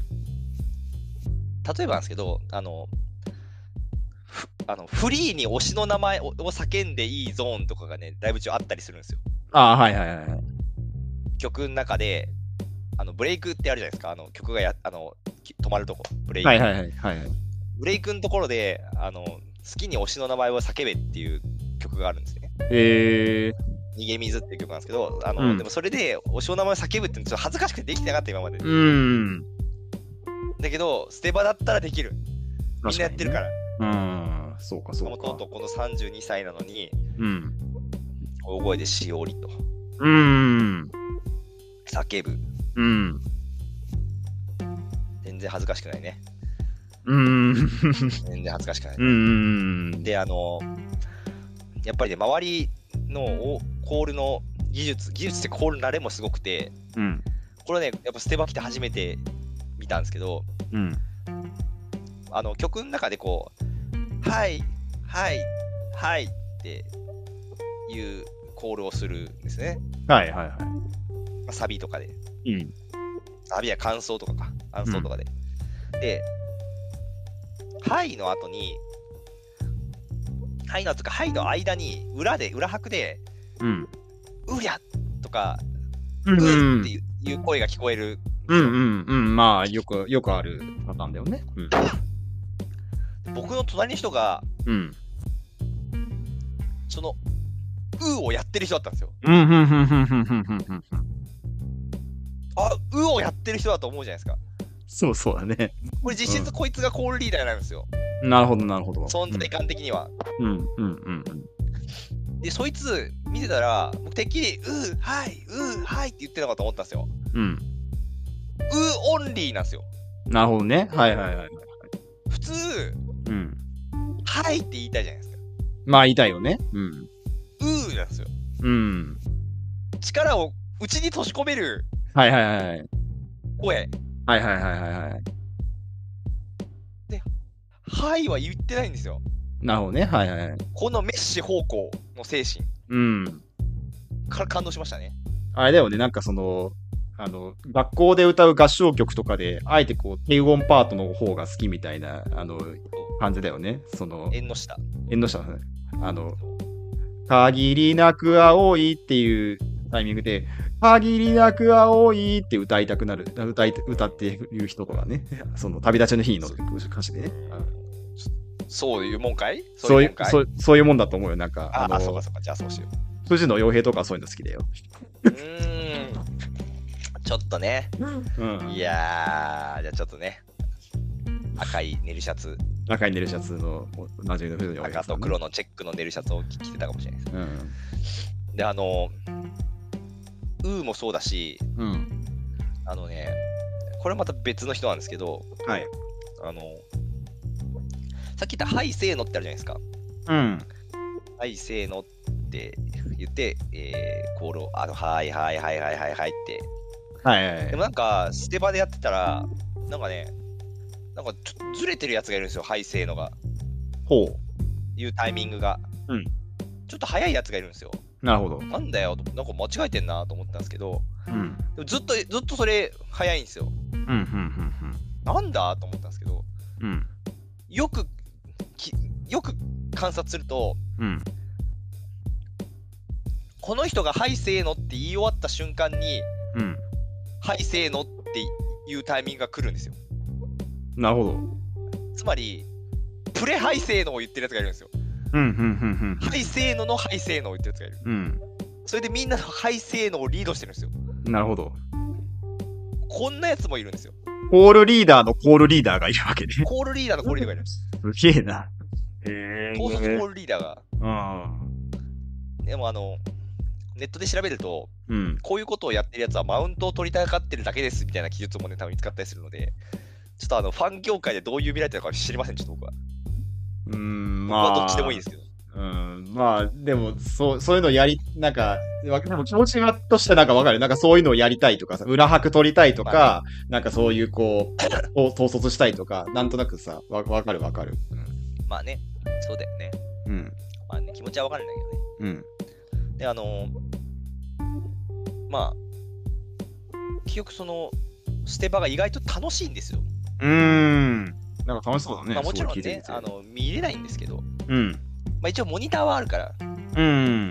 例えばなんですけど、あの、あのフリーに推しの名前を叫んでいいゾーンとかがね、ライブ中あったりするんですよ。 ああ、はいはいはい。 曲の中で、あのブレイクってあるじゃないですか、あの曲がやあの止まるとこ、ブレイク。 はいはいはいはい。 ブレイクのところで、あの好きに推しの名前を叫べっていう曲があるんですね。 へえー。 逃げ水っていう曲なんですけど、あの、 うん、 でもそれで推しの名前を叫ぶってちょっと恥ずかしくてできてなかった、今まで。 うん。 だけど、ステバだったらできる。みんなやってるから。 うん、そうかそうか。 とうとうこのさんじゅうにさいなのに、 うん、 大声でしおりと。 うん。 叫ぶ。 うん。 全然恥ずかしくないね。 うん。 全然恥ずかしくない、ね。 うん。 で、あの、やっぱりね、周りのコールの技術、技術ってコールの慣れもすごくて、 うん、 これね、やっぱステバ来て初めて見たんですけど、 うん、 あの曲の中でこう、はい、はい、はいっていうコールをするんですね。 はいはいはい。 まあ、サビとかで。 うん。 サビや感想とかか、感想とかで。うん、で、はいの後に、はいの後か、はいの間に、裏で、裏拍で、 うん、 うりゃとか、 うん、 うっていう声が聞こえる。 うんうんうん、まあ、よく、よくあるパターンだよね。うん、 僕の隣の人が、 うん、 その、うをやってる人だったんですよ。 うん、うん、うん、うん、うん、うん。 あ、うをやってる人だと思うじゃないですか。 そうそうだね。 これ実質こいつがコールリーダーなんですよ。 うん、なるほど、なるほど。 存在感的には。 うん、うん、うん、うん。 で、そいつ見てたら、僕てっきり、うー、はい、うー、はいって言ってたのかと思ったんですよ。 うん。 うーオンリーなんですよ。 なるほどね。はいはいはい。 普通、 うん。 はいって言いたいじゃないですか。 まあ言いたいよね。うん。 うーなんですよ。 うん。 力を内に閉じ込めるはいはいはい。 声。 はいはいはいはいはい。 で、はいは言ってないんですよ。 なるほどね。はいはいはい。 このメッシ方向の精神。 うん。 から感動しましたね。 あれだよね。なんかその、あの、学校で歌う合唱曲とかで、あえてこう、低音パートの方が好きみたいな、あの、感じだよね。その、 縁の下。 縁の下ね。あの、限りなく青いっていうタイミングで、限りなく青いって歌いたくなる、歌い歌っていう人とかね、その旅立ちの日にの歌詞でね。 そういうもんかいそういう、そうそういうもんだと思うよ。なんか、 ああ、そうかそうか、じゃあそうしよう。藤野洋平とかそういうの好きだよ。 うーん、ちょっとね。うん、いやー、じゃあちょっとね、赤いネルシャツ。 赤いネルシャツのおなじみの藤野洋平、 ね。赤と黒のチェックのネルシャツを着てたかもしれないです。 うん、 で、あの、ウーもそうだし、 うん、 あのね、これまた別の人なんですけど、 はい。 あの、さっき言った、はいせーのってあるじゃないですか。 うん。 はいせーのって言って、えー、コールを、あの、はいはいはいはいはいはいって。 はいはいはい。 でもなんか、ステバでやってたら、なんかね、なんかちょっとずれてるやつがいるんですよ、はいせーのが。 ほう。 いうタイミングが。 うん。 ちょっと早いやつがいるんですよ。 なるほど。 なんだよ、なんか間違えてんなと思ったんですけど、 うん、 でもずっと、ずっとそれ早いんですよ。 うん、うん、うん。 なんだと思ったんですけど、 うん、 よくき、よく観察すると、 うん、 この人がはいせーのって言い終わった瞬間に、 うん、 はいせーのっていうタイミングが来るんですよ。 なるほど。 つまり、プレはいせーのを言ってるやつがいるんですよ。 うん、うん、うん、うん。 はいせーののはいせーのを言ってるやつがいる。 うん。 それでみんなのはいせーのをリードしてるんですよ。 なるほど。 こんなやつもいるんですよ。 コールリーダーのコールリーダーがいるわけね。 コールリーダーのコールリーダーがいるんです。 すげえな。へ統率コールリーダーが。 うん。 でもあの、ネットで調べると、 うん、 こういうことをやってるやつはマウントを取りたがってるだけですみたいな記述もね、多分見つかったりするので、ちょっとあの、ファン業界でどういう見られてるのか知りません、ちょっと僕は。 うん、 まあ。僕はどっちでもいいですけど。 うん、まあ、でも、そう、そういうのやり、なんか、でも気持ちとしてなんかわかる。なんかそういうのをやりたいとかさ、裏拍取りたいとか、まあ、なんかそういうこう、統率したいとか、なんとなくさ、わわかるわかる。うん、 まあね、そうだよね。 うん。 まあね、気持ちはわかるんだけどね。うん。で、あのー、まあ、結局その、ステバが意外と楽しいんですよ。 うーん。なんか楽しそうだね。 まあもちろんね、あの、見れないんですけど、 うん。 まあ一応モニターはあるから、 うん。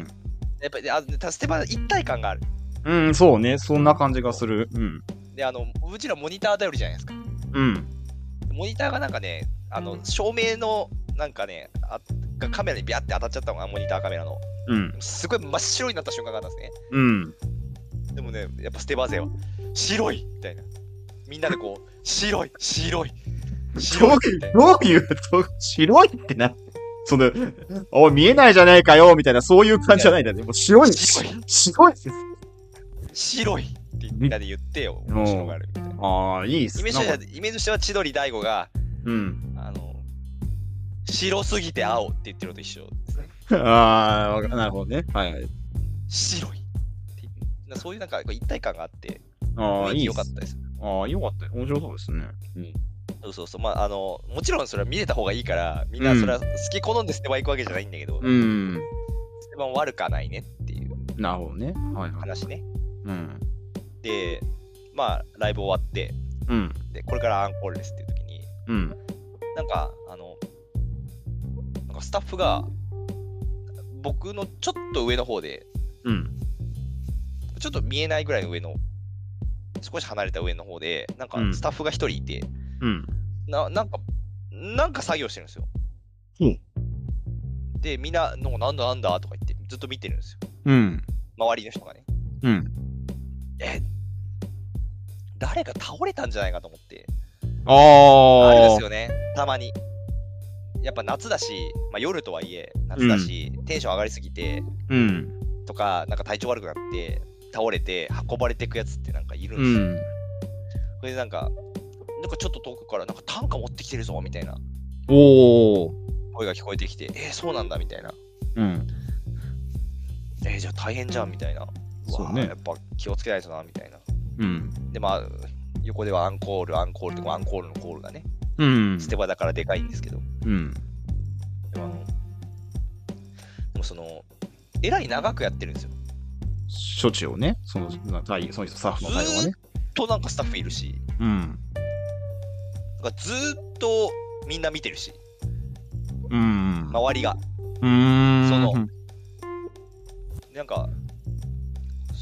やっぱり、あステバ一体感がある。 うん、そうね。そんな感じがする。うん。 で、あの、うちらモニター頼りじゃないですか。 うん。 モニターがなんかね、あの、照明の、なんかね、あがカメラにビャって当たっちゃったのが、モニターカメラの。 うん。 すごい真っ白になった瞬間があったんですね。 うん。 でもね、やっぱステバ勢は、白いみたいな。みんなでこう、白い、白い、 白いみたいな。どういう、白いってな。その、お見えないじゃないかよみたいな、そういう感じじゃないんだね。もう白い、白い、白いです。 白いってみんなで言ってよ、面白がるみたいな。 ああ、いいっすね。 イメージイメージとしては千鳥大悟が、 うん。 あの、白すぎて青って言ってるのと一緒ですね。 ああ、なるほどね。はいはい。 白いってそういうなんか一体感があって、 ああ、いいよかったです。 ああ、よかった。面白そうですね。うん。 そうそうそう。まあ、あの、もちろんそれは見れた方がいいから、みんなそれは好き好んでステバ行くわけじゃないんだけど、 うん。 ステバも悪くはないねっていう。 なるほどね。はいはい。 話ね。 うん。 で、まあ、ライブ終わって、 うん。 で、これからアンコールですっていう時に、 うん。 なんか、あの、なんかスタッフが、僕のちょっと上の方で、 うん。 ちょっと見えないぐらいの上の、少し離れた上の方で、なんかスタッフが一人いて、 うん。 ななんか、なんか作業してるんですよ。 うん。 で、みんな、なんなんだなんだとか言って、ずっと見てるんですよ。 うん。 周りの人がね。 うん。 え、誰か倒れたんじゃないかと思って。 ああ。 あるんですよね、たまに。やっぱ夏だし、まあ、夜とはいえ、夏だし、うん、テンション上がりすぎて、 うん、 とか、なんか体調悪くなって、倒れて、運ばれていくやつってなんかいるんですよ。うん、それでなんか、なんかちょっと遠くから、なんか担架持ってきてるぞみたいな。 おー。 声が聞こえてきて、えー、そうなんだみたいな。 うん。 えー、じゃあ大変じゃんみたいな。 そうね。 やっぱ気をつけないとなみたいな。 うん。 で、まあ、横ではアンコール、アンコールってアンコールのコールがね、 うん。 ステバだからでかいんですけど。 うん。 でもあの、でもその、えらい長くやってるんですよ。 処置をね、その、その人、スタッフの対応はね。 ずっとなんかスタッフいるし、 うん。 なんかずっとみんな見てるし、 うん。 周りが。 うん。 その、なんか、そ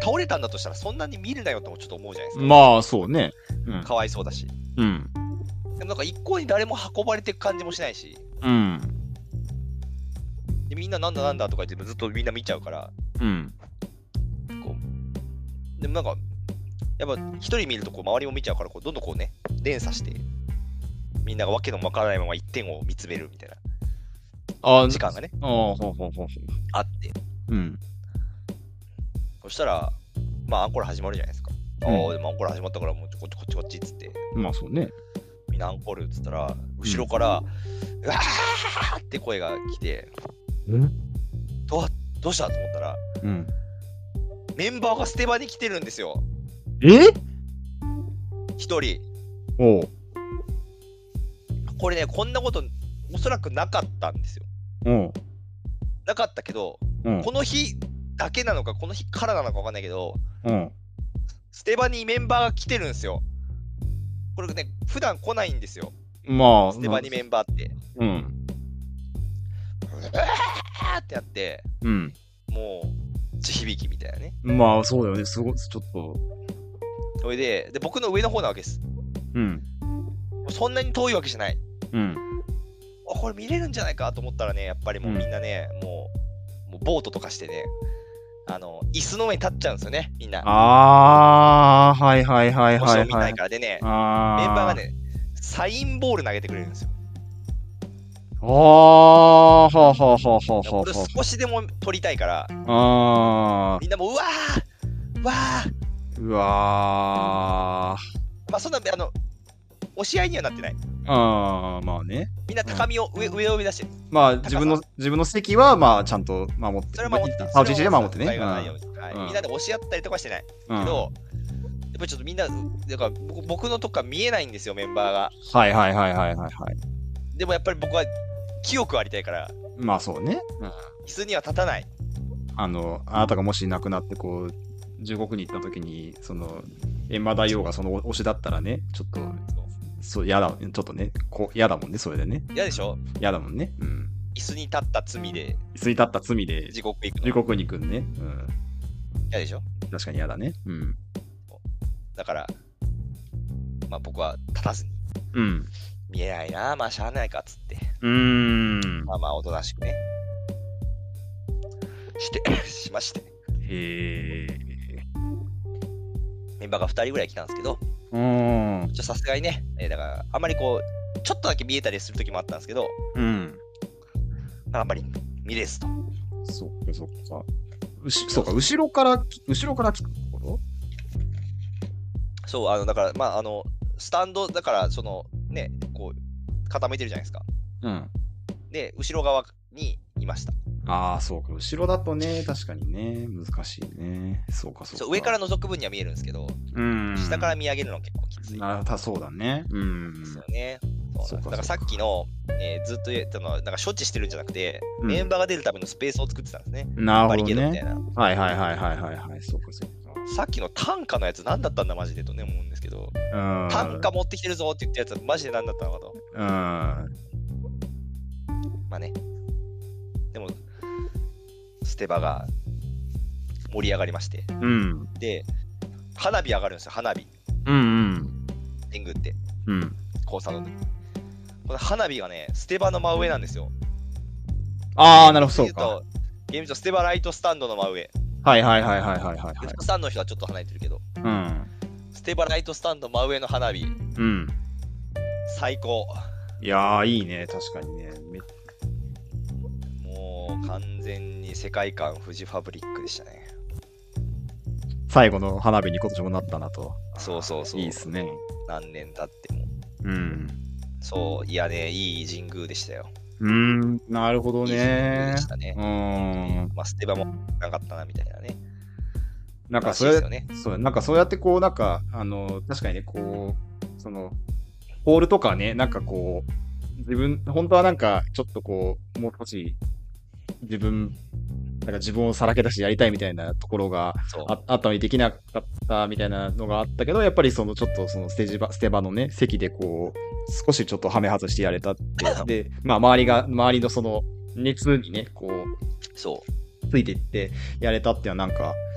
倒れたんだとしたらそんなに見るなよともちょっと思うじゃないですか。 まあ、そうね。うん。 かわいそうだし。 うん。 でもなんか一向に誰も運ばれていく感じもしないし。 うん。 でみんななんだなんだとか言ってずっとみんな見ちゃうから。 うん。 こうでもなんか、やっぱ一人見るとこう周りも見ちゃうからこうどんどんこうね、連鎖して、みんながわけのわからないまま一点を見つめるみたいなあ時間がね、 あ、ほうほうほうほう。 あって。 うん。 そしたら、まあアンコール始まるじゃないですか。 うんああ、でもアンコール始まったからもうこっちこっちこっちっつって。 まあ、そうね。 みんなアンコールっつったら、後ろから、うわーって声が来て、 うんどどうしたと思ったら、 うん。 メンバーが捨て場に来てるんですよ。 え一人。 おう。 これね、こんなことおそらくなかったんですよ。 おう。 なかったけど、 うん。 この日だけなのか、この日からなのかわかんないけど、 うん。 捨て場にメンバーが来てるんですよ。これね、普段来ないんですよ。 まあ、 捨て場にメンバーって。 うん。 うわーってやって、 うん。 もう、地響きみたいなね。 まあ、そうだよね。すごい、ちょっと。 それで、で、僕の上の方なわけです。 うん。 そんなに遠いわけじゃない。 うん。 あ、これ見れるんじゃないかと思ったらね、やっぱりもうみんなね、うん、もう、もうボートとかしてね、あの、椅子の上に立っちゃうんですよね、みんな。 あー、はいはいはいはい、はい。 面白みたいからでね、メンバーがね、サインボール投げてくれるんですよ。 あー、はーはーはーはーはー。 これ少しでも取りたいから、 あー。 みんなもう、うわーわーうわー。 まあそんな、あの、押し合いにはなってない。 あー、まあね。 みんな高みを上、うん、上を目指してる。 まあ自分の、自分の席はまあちゃんと守って。 それは守って。 倒置で守ってね。 みんなで押し合ったりとかしてない。うん、けど、やっぱりちょっとみんな、だから僕のとこから見えないんですよ、メンバーが。 はいはいはいはいはいはい。 でもやっぱり僕は清くありたいから。 まあそうね。 うん、椅子には立たない。 あの、あなたがもし亡くなってこう、地獄に行った時に、その、閻魔大王がその推しだったらね、ちょっと、そう、やだ、ちょっとね、こう、やだもんね、それでね。 嫌でしょ？ やだもんね。うん。 椅子に立った罪で。 椅子に立った罪で。 地獄行くの。 地獄に行くんね。うん。 嫌でしょ？ 確かに嫌だね。うん。 だから、まあ僕は立たずに。 うん。 見えないな、まあしゃあないかっつって。 うーん。 まあまあおとなしくね。して、しまして。 へえ。 メンバーがふたりぐらい来たんですけど、 うん。 さすがにね、えー、だからあんまりこう、ちょっとだけ見えたりする時もあったんですけど、 うん。 あんまり見れずと。 そっかそっか。うしそうか、後ろから、後ろから来たところ？ そう、あの、だから、まあ、あの、スタンド、だから、その、ね、こう、傾いてるじゃないですか。 うん。 で、後ろ側にいました。 ああ、そうか。後ろだとね、確かにね、難しいね。そうか、そうか。 そう、上から覗く分には見えるんですけど、 うん。 下から見上げるの結構きつい。 なたそうだね。うん。 ですよね。そうだからさっきの、えー、ずっと言ったのは、なんか処置してるんじゃなくて、うん、メンバーが出るためのスペースを作ってたんですね。 なるほどね。 バリケードみたいな。 はいはいはいはいはいはい。そうかそうか。 さっきの単価のやつ何だったんだマジでとね思うんですけど、単価持ってきてるぞって言ったやつマジで何だったのかと。 うん。 まあね。でも、捨て場が盛り上がりまして。 うん。 で、花火上がるんですよ、花火。 うんうん。 天狗って。 うん。 交差の時。この花火がね、捨て場の真上なんですよ。 ああ、なるほど、そうか。 ゲーム上、捨て場ライトスタンドの真上。 はいはいはいはいはいはい。 レフトスタンドの人はちょっと離れてるけど。 うん。 捨て場ライトスタンド真上の花火。 うん。 最高。 いやー、いいね、確かにね。めもう完全に世界観フジファブリックでしたね。 最後の花火に今年もなったなと。 そうそうそう。 いいっすね。 何年経っても。 うん。 そう、いやね、いい神宮でしたよ。 うーん、なるほどね。 いい神宮でしたね。 うん。 まあ、捨て場もなかったなみたいなね。 なんかそれ、ね、そうなんかそうやってこう、なんか、あの、確かにね、こう、その、ホールとかね、なんかこう、自分、本当はなんか、ちょっとこう、もう少し、自分、なんか自分をさらけ出してやりたいみたいなところが あ, あったのにできなかったみたいなのがあったけど、やっぱりそのちょっとそのステージ場、捨て場のね、席でこう、少しちょっとはめ外してやれたって、で、まあ周りが、周りのその熱にね、こう、 そう。 ついていってやれたっていうのはなんか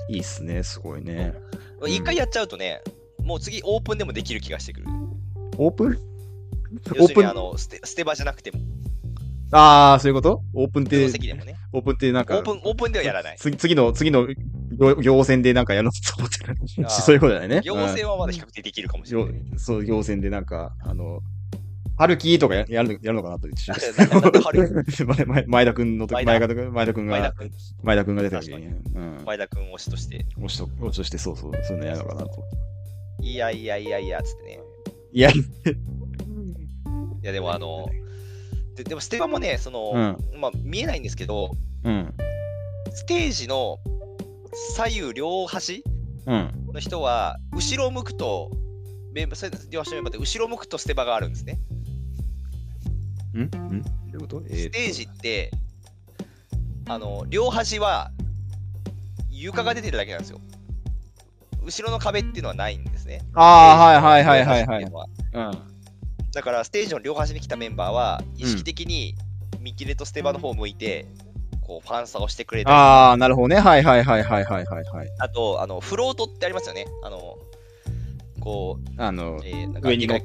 いいっすね、すごいね。 一回やっちゃうとね、もう次オープンでもできる気がしてくる。 オープン要するにあの捨て、捨て場じゃなくても。 ああ、そういうことオープンって、 席でもね、 オープンってなんか、 オープン、オープンではやらない。 次次の、次の行戦でなんかやろうと思ってる。そういうことだよね。 行戦はまだ比較的できるかもしれない。 そう、行戦でなんか、あの、春樹とかやるやるのかなと言ってしまう。前田君の時、前田君前田君が、前田君が出た時に、 前田君推しとして。 推しと、推しとして、そうそう、そういうのやるのかなと。 いやいやいやいや、つってね。 いや、いやでもあの、で, でもステバもね、その、うん、まあ見えないんですけど、 うん、 ステージの左右両端の人は、後ろを向くと、メンバー、両端のメンバーで後ろを向くとステバがあるんですね。 んんどういうこと？ ステージって、あの、両端は床が出てるだけなんですよ。後ろの壁っていうのはないんですね。 ああ、はいはいはいはいはい。うん。 だからステージの両端に来たメンバーは意識的に見切れとステバの方を向いて、こうファンサをしてくれたり、 ああ、なるほどね。はいはいはいはいはいはい。 あと、あのフロートってありますよね。あの、こう、 あの、えー、上に乗って、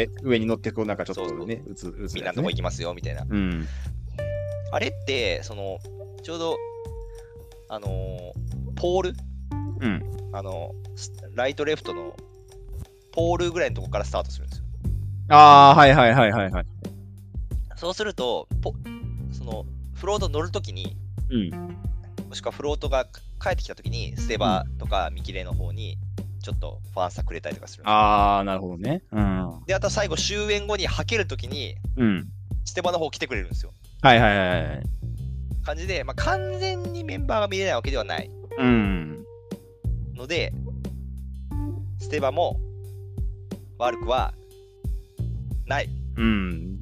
上に乗って、こうなんかちょっとね、 うつ、うつ、みんなのとこ行きますよみたいな。 うん。 あれって、その、ちょうど、あのー、ポール、 うん。 あの、ライトレフトのポールぐらいのとこからスタートするんですよ。 ああ、はいはいはいはいはい。 そうすると、ポそのフロート乗るときに、 うん、 もしくはフロートが帰ってきたときに、ステバとか見切れの方にちょっとファンサくれたりとかするんですよ。 ああ、なるほどね。うん。 で、あと最後終演後にはけるときに、 うん、 ステバの方来てくれるんですよ。 はいはいはいはい。 感じで、まあ、完全にメンバーが見れないわけではない。 うん。 ので、ステバも悪くはない。 うん。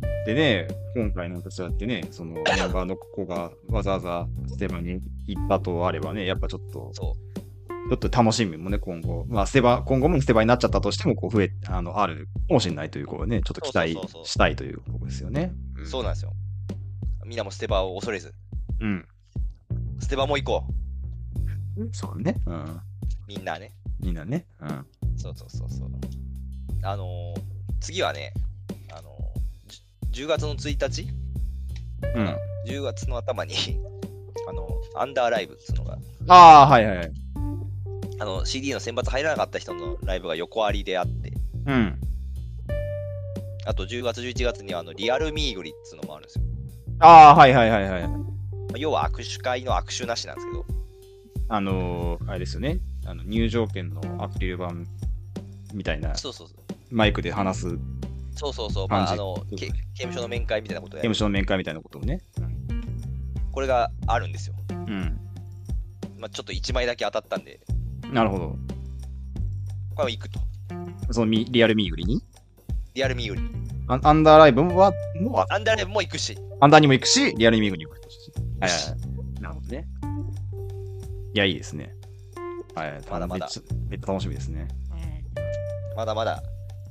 でね、今回なんかそうやってね、そのメンバーの子がわざわざステバに行ったとあればね、やっぱちょっと、 そうちょっと楽しみもね、今後、まあ、ステバ、今後もステバになっちゃったとしても、こう増え、あの、あるかもしれないという、こうね、ちょっと期待したいということですよね。 うん、そうなんですよ。みんなもステバを恐れず。 うん。 ステバも行こう。そうね。うん。 みんなね。 みんなね。うん。 そうそうそうそう。あのー、次はね、あのー、じゅうがつのついたち、 うん、 じゅうがつの頭にあのアンダーライブっていうのが、 ああ、はいはいはい。 あの シーディー の選抜入らなかった人のライブが横ありであって、 うん。 あとじゅうがつ、じゅういちがつにはあのリアルミーグリっていうのもあるんですよ。 ああ、はいはいはいはい。 要は握手会の握手なしなんですけど。 あのー、あれですよね。あの入場券のアクリル板みたいな。 そうそうそう。 マイクで話す。 そうそうそう。まあ、あの、刑務所の面会みたいなことで。 刑務所の面会みたいなことをね。 うん、これがあるんですよ。 うん。 まあ、ちょっといちまいだけ当たったんで。 なるほど。 これは行くと。 そのリアルミーグリにリアルミーグリに。 ア, アンダーライブはもアンダーライブも行くし。 アンダーにも行くし、リアルミーグリにも行くし。はいはい。なるほどね。いや、いいですね。はい。 まだまだ。 めっちゃ楽しみですね。 まだまだ。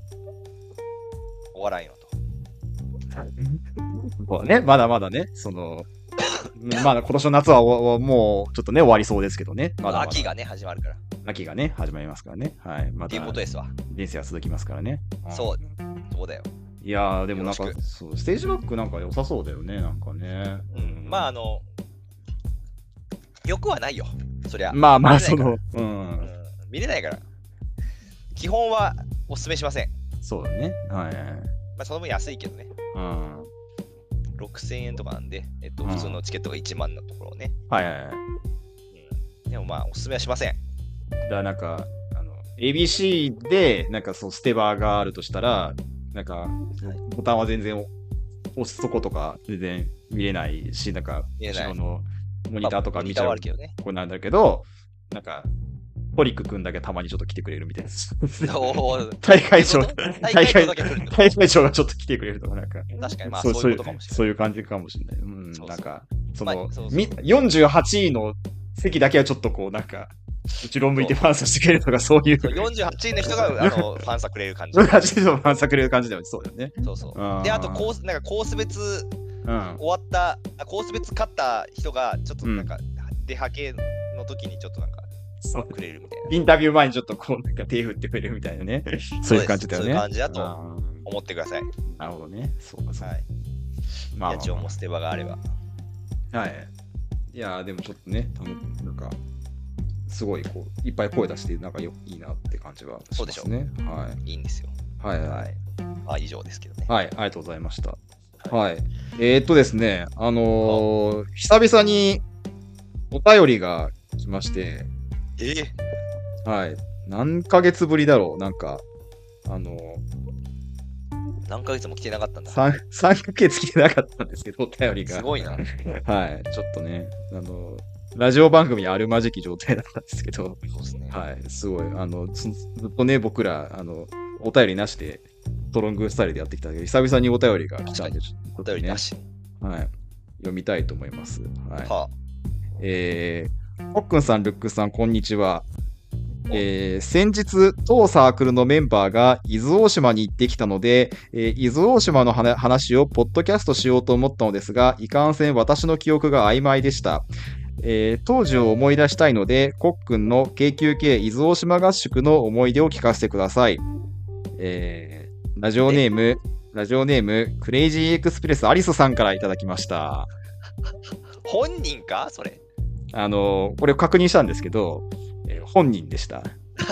終わらんよと。 そうね、まだまだね、その、まだ今年の夏はもうちょっとね、終わりそうですけどね。まだまだ秋がね、始まるから。 秋がね、始まりますからね。はい。また、 っていうことですわ。 人生は続きますからね。 そう、そうだよ。 いやー、でもなんか、そう、ステージバックなんか良さそうだよね、なんかね。 うん。まあ、あの、よくはないよ、そりゃ。 まあまあ、その、 うん。見れないから。基本はおすすめしません。 そうだね。はい。 まあ、その分安いけどね。 うん。 ろくせんえんとかなんで、えっと、普通のチケットがいちまんのところをね。 はいはいはい。 うん。でもまあ、おすすめはしません。 だからなんか、あの、エービーシー で、なんかそう、ステバーがあるとしたら、なんか、ボタンは全然押すとことか全然見れないし、なんか、後ろのモニターとか見ちゃうこなんだけど、なんか、ポリック君だけたまにちょっと来てくれるみたいな。大会長、大会大会長がちょっと来てくれるとか、なんか。 確かに、まあそういうことかもしれない。 そういう感じかもしれない。うん、なんか、その、よんじゅうはちいの席だけはちょっとこう、なんか、後ろ向いてファンサしてくれるとか、そういう。 よんじゅうはちいの人が、あの、ファンサくれる感じ。 よんじゅうはちいのファンサくれる感じだよね。そうだよね。 そうそう。で、あと、コース、なんかコース別、 うん、 終わった、コース別勝った人が、ちょっとなんか、出はけの時にちょっとなんか、 そうくれるみたいインタビュー前にちょっとこうなんか手振ってくれるみたいなね。そういう感じだよね。 そういう感じだとあ思ってください。 ーなるほどね。そうか、そうか。 はい。 まあまあまあ野鳥も捨て場があれば。 はい。いやーでもちょっとね、楽なんか、すごいこう、いっぱい声出して、なんかよいいなって感じはしますね。はいいんですよ。 い。はい。 ははいい。 まあ以上ですけどね。 はい。ありがとうございました。 ははい。えー、っとですね、あのー、久々にお便りが来まして、 えー、 はい。何ヶ月ぶりだろうなんか、あのー、 何ヶ月も来てなかったんだ。 3, 三ヶ月来てなかったんですけど、お便りが。 すごいな。 はい。ちょっとね、あの、ラジオ番組あるまじき状態だったんですけど、 そうですね。 はい。すごい、あの、ずずっとね、僕ら、あの、お便りなしで、ストロングスタイルでやってきたけど、久々にお便りが来たんで、ちょっと、 お便りなし。 はい。読みたいと思います。はい。 はえー、ほっくんさん、ルックさん、こんにちは。えー先日、当サークルのメンバーが伊豆大島に行ってきたので、えー伊豆大島の話話をポッドキャストしようと思ったのですが、いかんせん私の記憶が曖昧でした。えー当時を思い出したいので、コックンの ケーキューケー 伊豆大島合宿の思い出を聞かせてください。えーラジオネーム、ラジオネーム、クレイジーエクスプレスアリスさんからいただきました。 本人かそれ。 あのーこれを確認したんですけど、えー本人でした。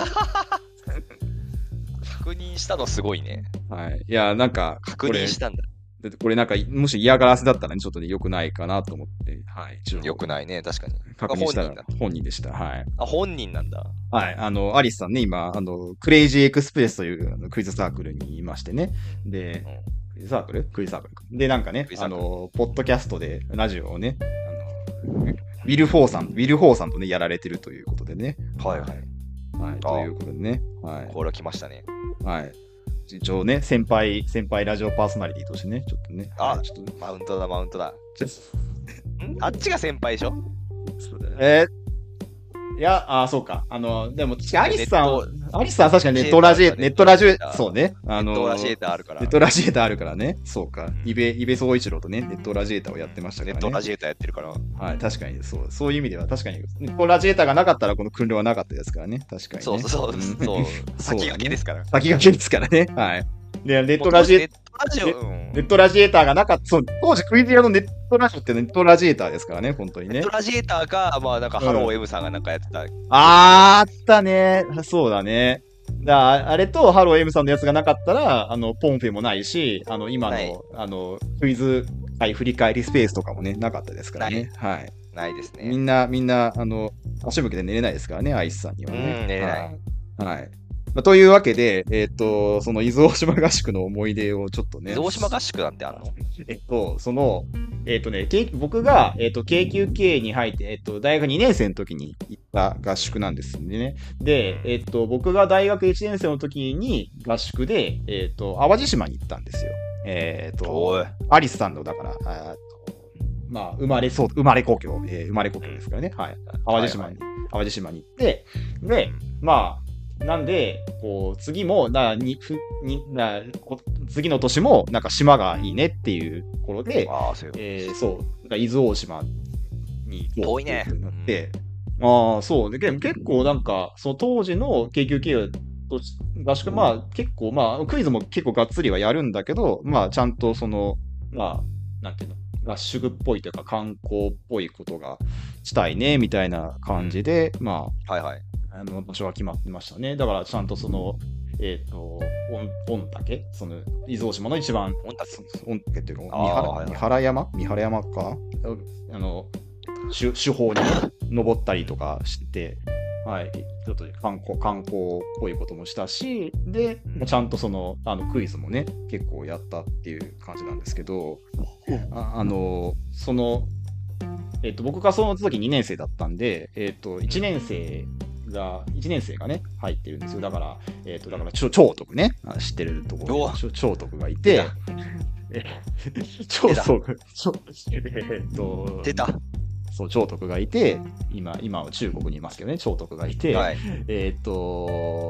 確認したのすごいね。 はい。いや、なんか、 確認したんだ。 これ、これなんか、もし嫌がらせだったらね、ちょっとね、良くないかなと思って、はい。一応よくないね、確かに。 確認したらあ本人だ本人でした。はい。 あ、本人なんだ。 はい。あの、アリスさんね、今、あの、クレイジーエクスプレスというあのクイズサークルにいましてね。で、クイズサークルクイズサークルか。で、なんかねクイ、ズサあークルの、ポッドキャストで、ラジオをね、あの、ウィル・フォーさん、ウィル・フォーさんとね、やられてるということでね。 はいはい。 はい。ということでね。はい。 これは来ましたね。 はい。一応ね、先輩、先輩ラジオパーソナリティとしてね、ちょっとね。 あはいちょっと、 マウントだ、マウントだ。 ちょっとんあっちが先輩でしょえーいや、あそうか。あの、でも、アリスさんネッ、 アリスさんは確かにネットラジエ、ネットラジエ、そうね。あの、 ネットラジエーターあるから。 ネットラジエーターあるからね。そうかん。 イベ、イベ総一郎とね、ネットラジエーターをやってましたからね。 ネットラジエーターやってるから。 はい、確かに、そう。そういう意味では、確かに、ネットラジエーターがなかったら、この訓練はなかったですからね。確かに、ね。 そうそうそう。 んそう先駆けですから。 先駆けですからね。はい。で、ネットラジエネットラジオ、うんネットラジエーターがなかった、そう、当時クイズ屋のネットラジオってネットラジエーターですからね、本当にねネット。ラジエーターか、まあなんか、ハロー M さんがなんかやってた。 あー、あったね。そうだね。だあれと、ハロー M さんのやつがなかったら、あの、ポンフェもないし、あの、今の、 はいあの、クイズ会振り返りスペースとかもね、なかったですからね。はい。 ないですね。 みんな、みんな、あの、足向けて寝れないですからね、アイスさんにはね。 うん寝れないはい。はいまあというわけで、えっ、と、その伊豆大島合宿の思い出をちょっとね。 伊豆大島合宿なんてあんのえっと、その、えっとね、け僕が、えっと、ケーキューケー に入って、えっと、大学にねん生の時に行った合宿なんですね。で、えっと、僕が大学いちねん生の時に合宿で、えっと、淡路島に行ったんですよ。えっおいと、アリスさんの、だから、あまあ、生まれそう、生まれ故郷、えー生まれ故郷ですからね。はい。淡路島に、淡路島に行って、で、まあ、なんで、こう、次も、な、に、ふ、に、な、こ次の年も、なんか島がいいねっていうところで、 ああ、そういう。 えー、そう、なんか伊豆大島に行こう遠いねってう風になって、ああ、そう。で、け結構なんか、その当時の ケーキューケー とし合宿、まあ結構、まあクイズも結構がっつりはやるんだけど、まあちゃんとその、まあ、なんていうの、合宿っぽいというか観光っぽいことがしたいね、みたいな感じで、まはいはい。 あ、あの、場所が決まってましたね。だからちゃんとその、えっ、と、御嶽その、伊豆大島の一番、 御嶽御嶽っていうか、 あー三原,、 はいはい三原山三原山かあの、手手法にね、登ったりとかして、はい、ちょっと観光、観光っぽいこともしたし、で、 うんちゃんとその、あの、クイズもね、結構やったっていう感じなんですけど、ああの、その、えっ、と、僕がその時にねん生だったんで、えっ、と、いちねん生が、いちねん生がね、入ってるんですよ。だから、えっ、と、だから、ちょ長徳ね、あ知ってるところおに、ちょ長徳がいて、え長徳、長えっと、 出た。 そう、長徳がいて、今、今は中国にいますけどね、長徳がいて、 はい。 えっと、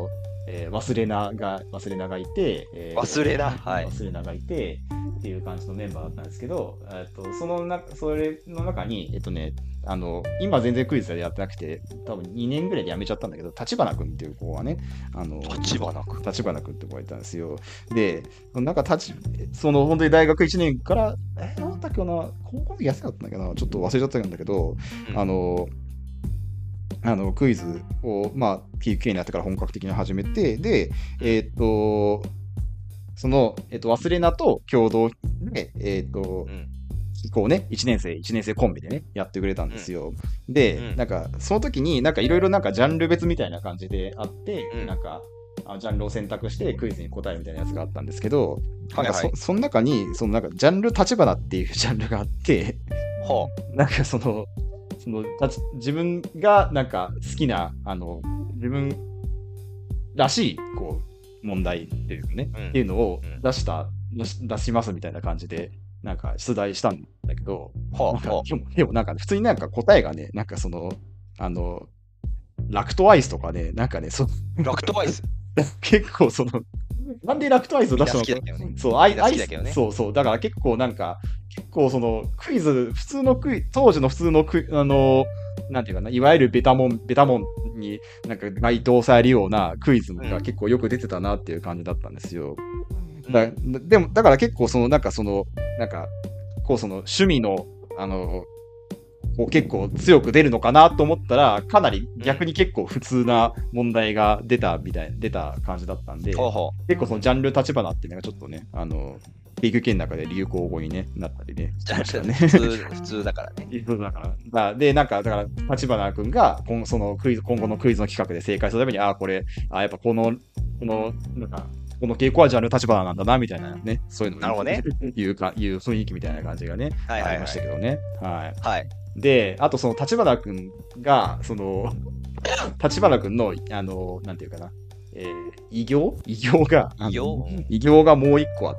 えー、忘れなが、忘れながいて、えー、 忘れな、はい。 忘れながいて、っていう感じのメンバーだったんですけど、えっと、そのな、それの中に、えっとね、あの、今全然クイズでやってなくて、多分にねんぐらいで辞めちゃったんだけど、立花君っていう子がね、あの、 立花君立花君って子がいたんですよ。で、なんか立ち、その本当に大学いちねんから、えー、なんだっけな、高校の時安かったんだけどな、ちょっと忘れちゃったんだけど、うん、あの、あのクイズを、まあ、ピークケー になってから本格的に始めて、で、えっ、ー、と、その、えっ、ー、と、忘れなと共同で、えっ、ー、と、うん、こうね、いちねん生、いちねん生コンビでね、やってくれたんですよ。うん、で、うん、なんか、その時に、なんかいろいろなんかジャンル別みたいな感じであって、うん、なんか、ジャンルを選択してクイズに答えるみたいなやつがあったんですけど、なんか そ,、はいはい、その中に、そのなんかジャンル立花っていうジャンルがあって、はあ、なんかその、その自分がなんか好きなあの自分らしいこう問題っていうかね、うん、っていうのを出した、うん、出しますみたいな感じでなんか出題したんだけど、はあはあ、でもでもなんか普通になんか答えがねなんかそのあのラクトアイスとかねなんかねそラクトアイス結構そのなんでラクトアイスを出したのか、ね、そうアイアイス、ね、そうそうだから結構なんか結構そのクイズ普通のクイ当時の普通のクイあのなんていうかないわゆるベタモンベタモンになんか該当されるようなクイズが結構よく出てたなっていう感じだったんですよ。うん、だでもだから結構そのなんかそのなんかこうその趣味のあのこう結構強く出るのかなと思ったらかなり逆に結構普通な問題が出たみたい出た感じだったんで、うん、結構そのジャンル立花っていうのがちょっとねあのピーク系の中で流行語に、ね、なったりね。 ジャンルね普通普通だからね。 普通だから。でなんかだから立花君が今そのクイズ今後のクイズの企画で正解するためにああこれあやっぱこのこのなんかこの傾向はジャンル立花なんだなみたいなねそういうのなるほどねいうかいう雰囲気みたいな感じがね、はいはいはい、ありましたけどね。はい。 はい。 で、あとその立花君が、その、立花君の、あの、なんていうかな、えー、偉業偉業が、 偉業偉業がもう一個あって、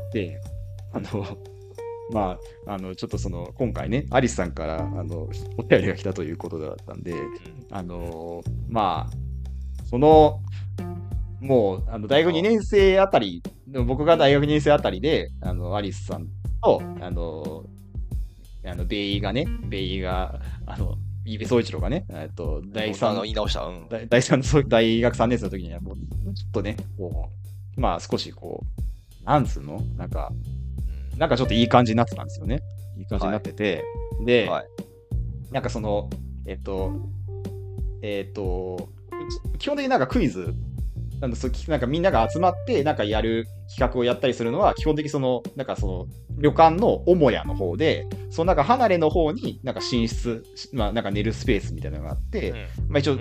あの、まあ、あの、ちょっとその、今回ね、アリスさんから、あの、お便りが来たということだったんで、あの、まあ、その、もう、あの、大学にねん生あたり、僕が大学にねん生あたりで、あの、アリスさんと、あの、あの、ベイがね、ベイが、あの、イーベ総一郎がね、えっと、第三、 言い直した、うん、 第三、大学さんねん生の時には、もう、ちょっとね、こう、まあ少しこう、なんつうのなんか、なんかちょっといい感じになってたんですよね。いい感じになってて、はい、で、はい、なんかその、えっと、えっと、基本的になんかクイズ、なんかみんなが集まってなんかやる企画をやったりするのは基本的にそのなんかその旅館の母屋の方でそのなんか離れの方になんか寝室、まあ、なんか寝るスペースみたいなのがあって、うんまあ、一応、うん、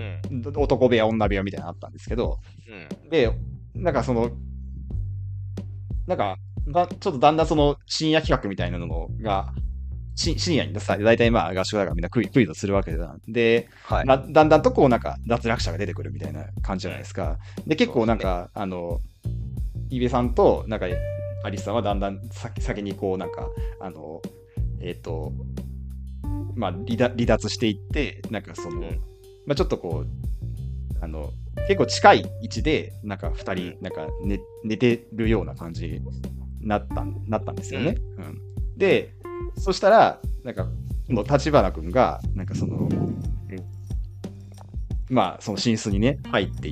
男部屋女部屋みたいなのあったんですけど、うん、でなんかそのなんかちょっとだんだんその深夜企画みたいなのが深夜にさ、大体まあ合宿だからみんなクイクイズするわけで、はいまあ、だんだんとこうなんか脱落者が出てくるみたいな感じじゃないですか。で、結構なんか、ね、あの、イベさんとなんかアリスさんはだんだん先先にこうなんか、あの、えっ、ー、と、まあ離脱、離脱していって、なんかその、まあちょっとこう、あの、結構近い位置で、なんか二人、なんか寝、寝てるような感じになった、なったんですよね。うん、うん、で、そしたら、なんか、もう立花君が、なんかその、まあ、その寝室にね、入っていって、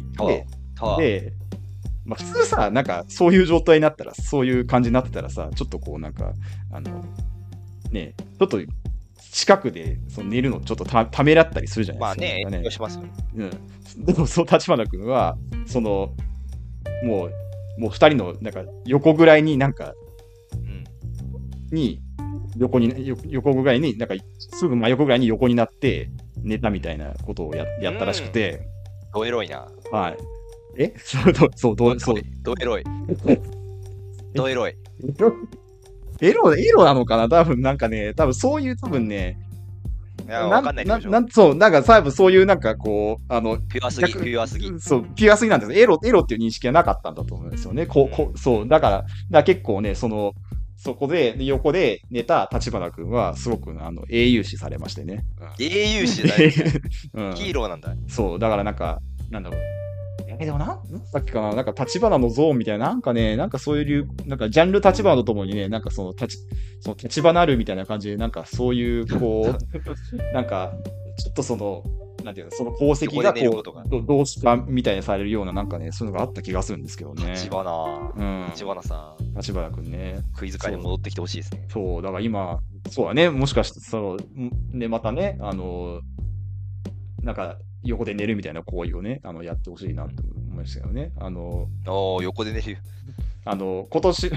で、まあ、普通さ、なんか、そういう状態になったら、そういう感じになってたらさ、ちょっとこう、なんか、あの、ね、ちょっと、近くでその寝るのちょっと た, ためらったりするじゃないですか。まあね、 ねしますよ、 うん。でも、そう、立花君は、その、もう、もう二人の、なんか、横ぐらいになんか、うん、に、横に横ぐらいになんかすぐ真横ぐらいに横になって寝たみたいなことを や, やったらしくて、 どエロいな。 はい。えそうどそうどそうどエロい。どエロい。 エロエロなのかな多分なんかね多分そういう多分ね。 いやわかんないでしょ。 なんそうなんか多分そういうなんかこうあのピュアすぎピュアすぎそうピュアすぎなんですよ。エロエロっていう認識はなかったんだと思うんですよね。こうこうそうだからだから結構ねその。そこで、横で寝た立花君は、すごくあの英雄視されましてね。 うん、英雄視だね、うん。ヒーローなんだ。 そう、だからなんか、なんだろう。 え、でもなん、なんだっけかな、なんか立花のゾーンみたいな、なんかね、なんかそういう流、なんかジャンル立花とともにね、なんかその立ち、その立花あるみたいな感じで、なんかそういう、こう、なんか、ちょっとその、なんていうの、その功績がこう、ど同志化みたいにされるような、なんかね、そういうのがあった気がするんですけどね。 立花、 うん。 立花さん、 立花くんね。 クイズ界に戻ってきてほしいですね。 そう、だから今、そうだね、もしかして、その、ね、またね、あの、なんか、横で寝るみたいな行為をね、あの、やってほしいなと思いましたよね。あの、 おー、横で寝る。 あの、今年、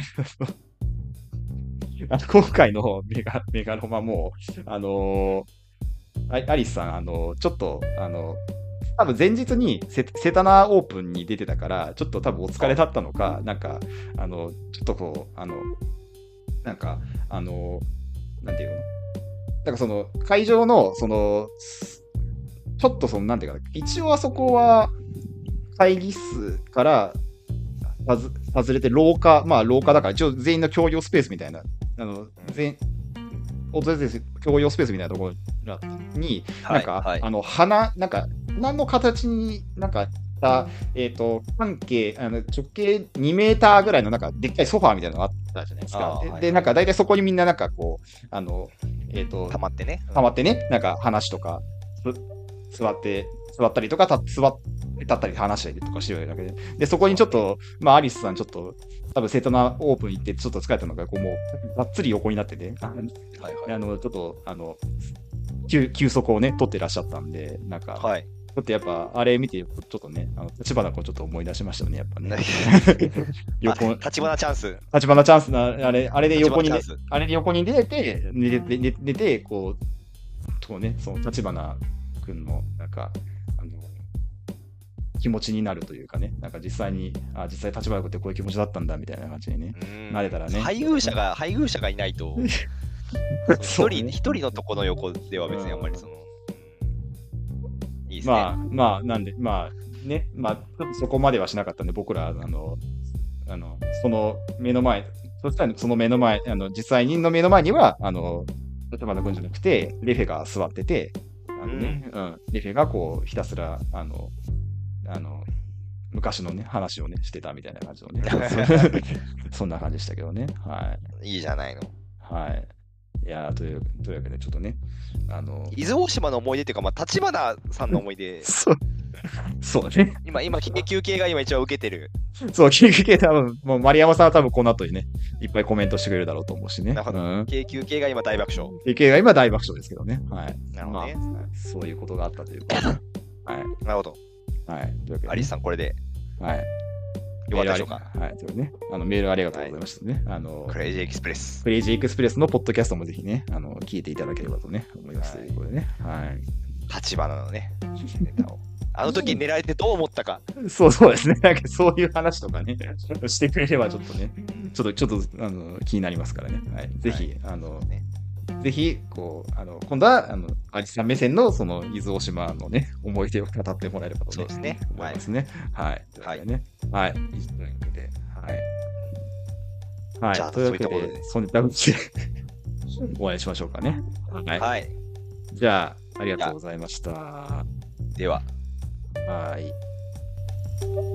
あの今回のメガ、メガロマも、あのアリスさん、あの、ちょっと、あの、多分前日にセセタナオープンに出てたから、ちょっと多分お疲れだったのか、なんか、あの、ちょっとこう、あの、なんか、あの、なんていうのなんかその、会場の、その、ちょっとその、なんていうかな、一応あそこは、会議室から外れて廊下、まあ廊下だから、一応全員の共用スペースみたいな、あの、全員、訪れてる共用スペースみたいなところに、なんか、はいはい、あの、花、なんか、何の形になんか、えっ、ー、と、半径、あの直径にメーターぐらいの、なんか、でっかいソファーみたいなのがあったじゃないですか。で、はい、なんか、大体そこにみんな、なんか、こう、あの、えっ、ー、と、 溜まってね。 溜まってね、なんか、話とか、座って、座ったりとか、た座って、立ったり話したりとかしてるだけで。で、そこにちょっと、まあ、アリスさんちょっと、多分セタナオープン行ってちょっと疲れたのが、こう、もう、がっつり横になってて、はいはい、あの、ちょっと、あの、休休息をね、取ってらっしゃったんで、なんか、はい、ちょっとやっぱ、あれ見て、ちょっとね、あの立花君ちょっと思い出しましたよね、やっぱね。 横立花チャンス。 立花チャンスな、あれ、あれで横に、ね、あれで横に出て、寝て、寝て、寝て、こう、こうね、その立花君の、なんか、あの、気持ちになるというかね、なんか実際に、あ、実際立花君ってこういう気持ちだったんだみたいな感じにね、なれたらね。 配偶者が、配偶者がいないと、一人、一人のとこの横では別にあんまりその、いいですね。 まあ、まあ、なんで、まあ、ね、まあ、ちょっとそこまではしなかったんで、僕ら、あの、あの、その目の前、そしたらその目の前、あの、実際にの目の前には、あの、立花君じゃなくて、レフェが座ってて、あのね、うん、うん、レフェがこう、ひたすら、あの、あの、昔のね、話をね、してたみたいな感じのね。そんな感じでしたけどね。はい。 いいじゃないの。 はい。いやという、というわけで、ちょっとね、あの、 伊豆大島の思い出っていうか、まあ、立花さんの思い出。 そう。そうね。 今、今、緊急系が今一番受けてる。 そう、緊急系多分、もう丸山さんは多分この後にね、いっぱいコメントしてくれるだろうと思うしね。 なるほど。うん、京急系が今大爆笑。 京急が今大爆笑ですけどね。はい。 なるほどね。 まあ、そういうことがあったというか。はい。 なるほど。 はい。というわけで、ね、 アリスさん、これで。 はい。 よかったでしょうか。 はい。というね、あのメールありがとうございましたね。はい、あのクレイジーエクスプレス。 クレイジーエクスプレスのポッドキャストもぜひね、あの聞いていただければとね、思います。ということでね。はい。 立花のね、ネタを。あの時狙られてどう思ったか。 そうそうですね。なんかそういう話とかね、してくれればちょっとね、ちょっと、ちょっと、あの、気になりますからね。はい。ぜひ、はい、あの、ね、ぜひ、こう、あの、今度は、あの、アリスさん目線の、その、伊豆大島のね、思い出を語ってもらえればと、ね、 そうですね。 思いますね。はい。はい。ね、はい。というわけで、はい。はい。 じゃあ、 というわけで、そんな感じでお会いしましょうかね。 はい。はい、 じゃあ、ありがとうございました。 では。 はい。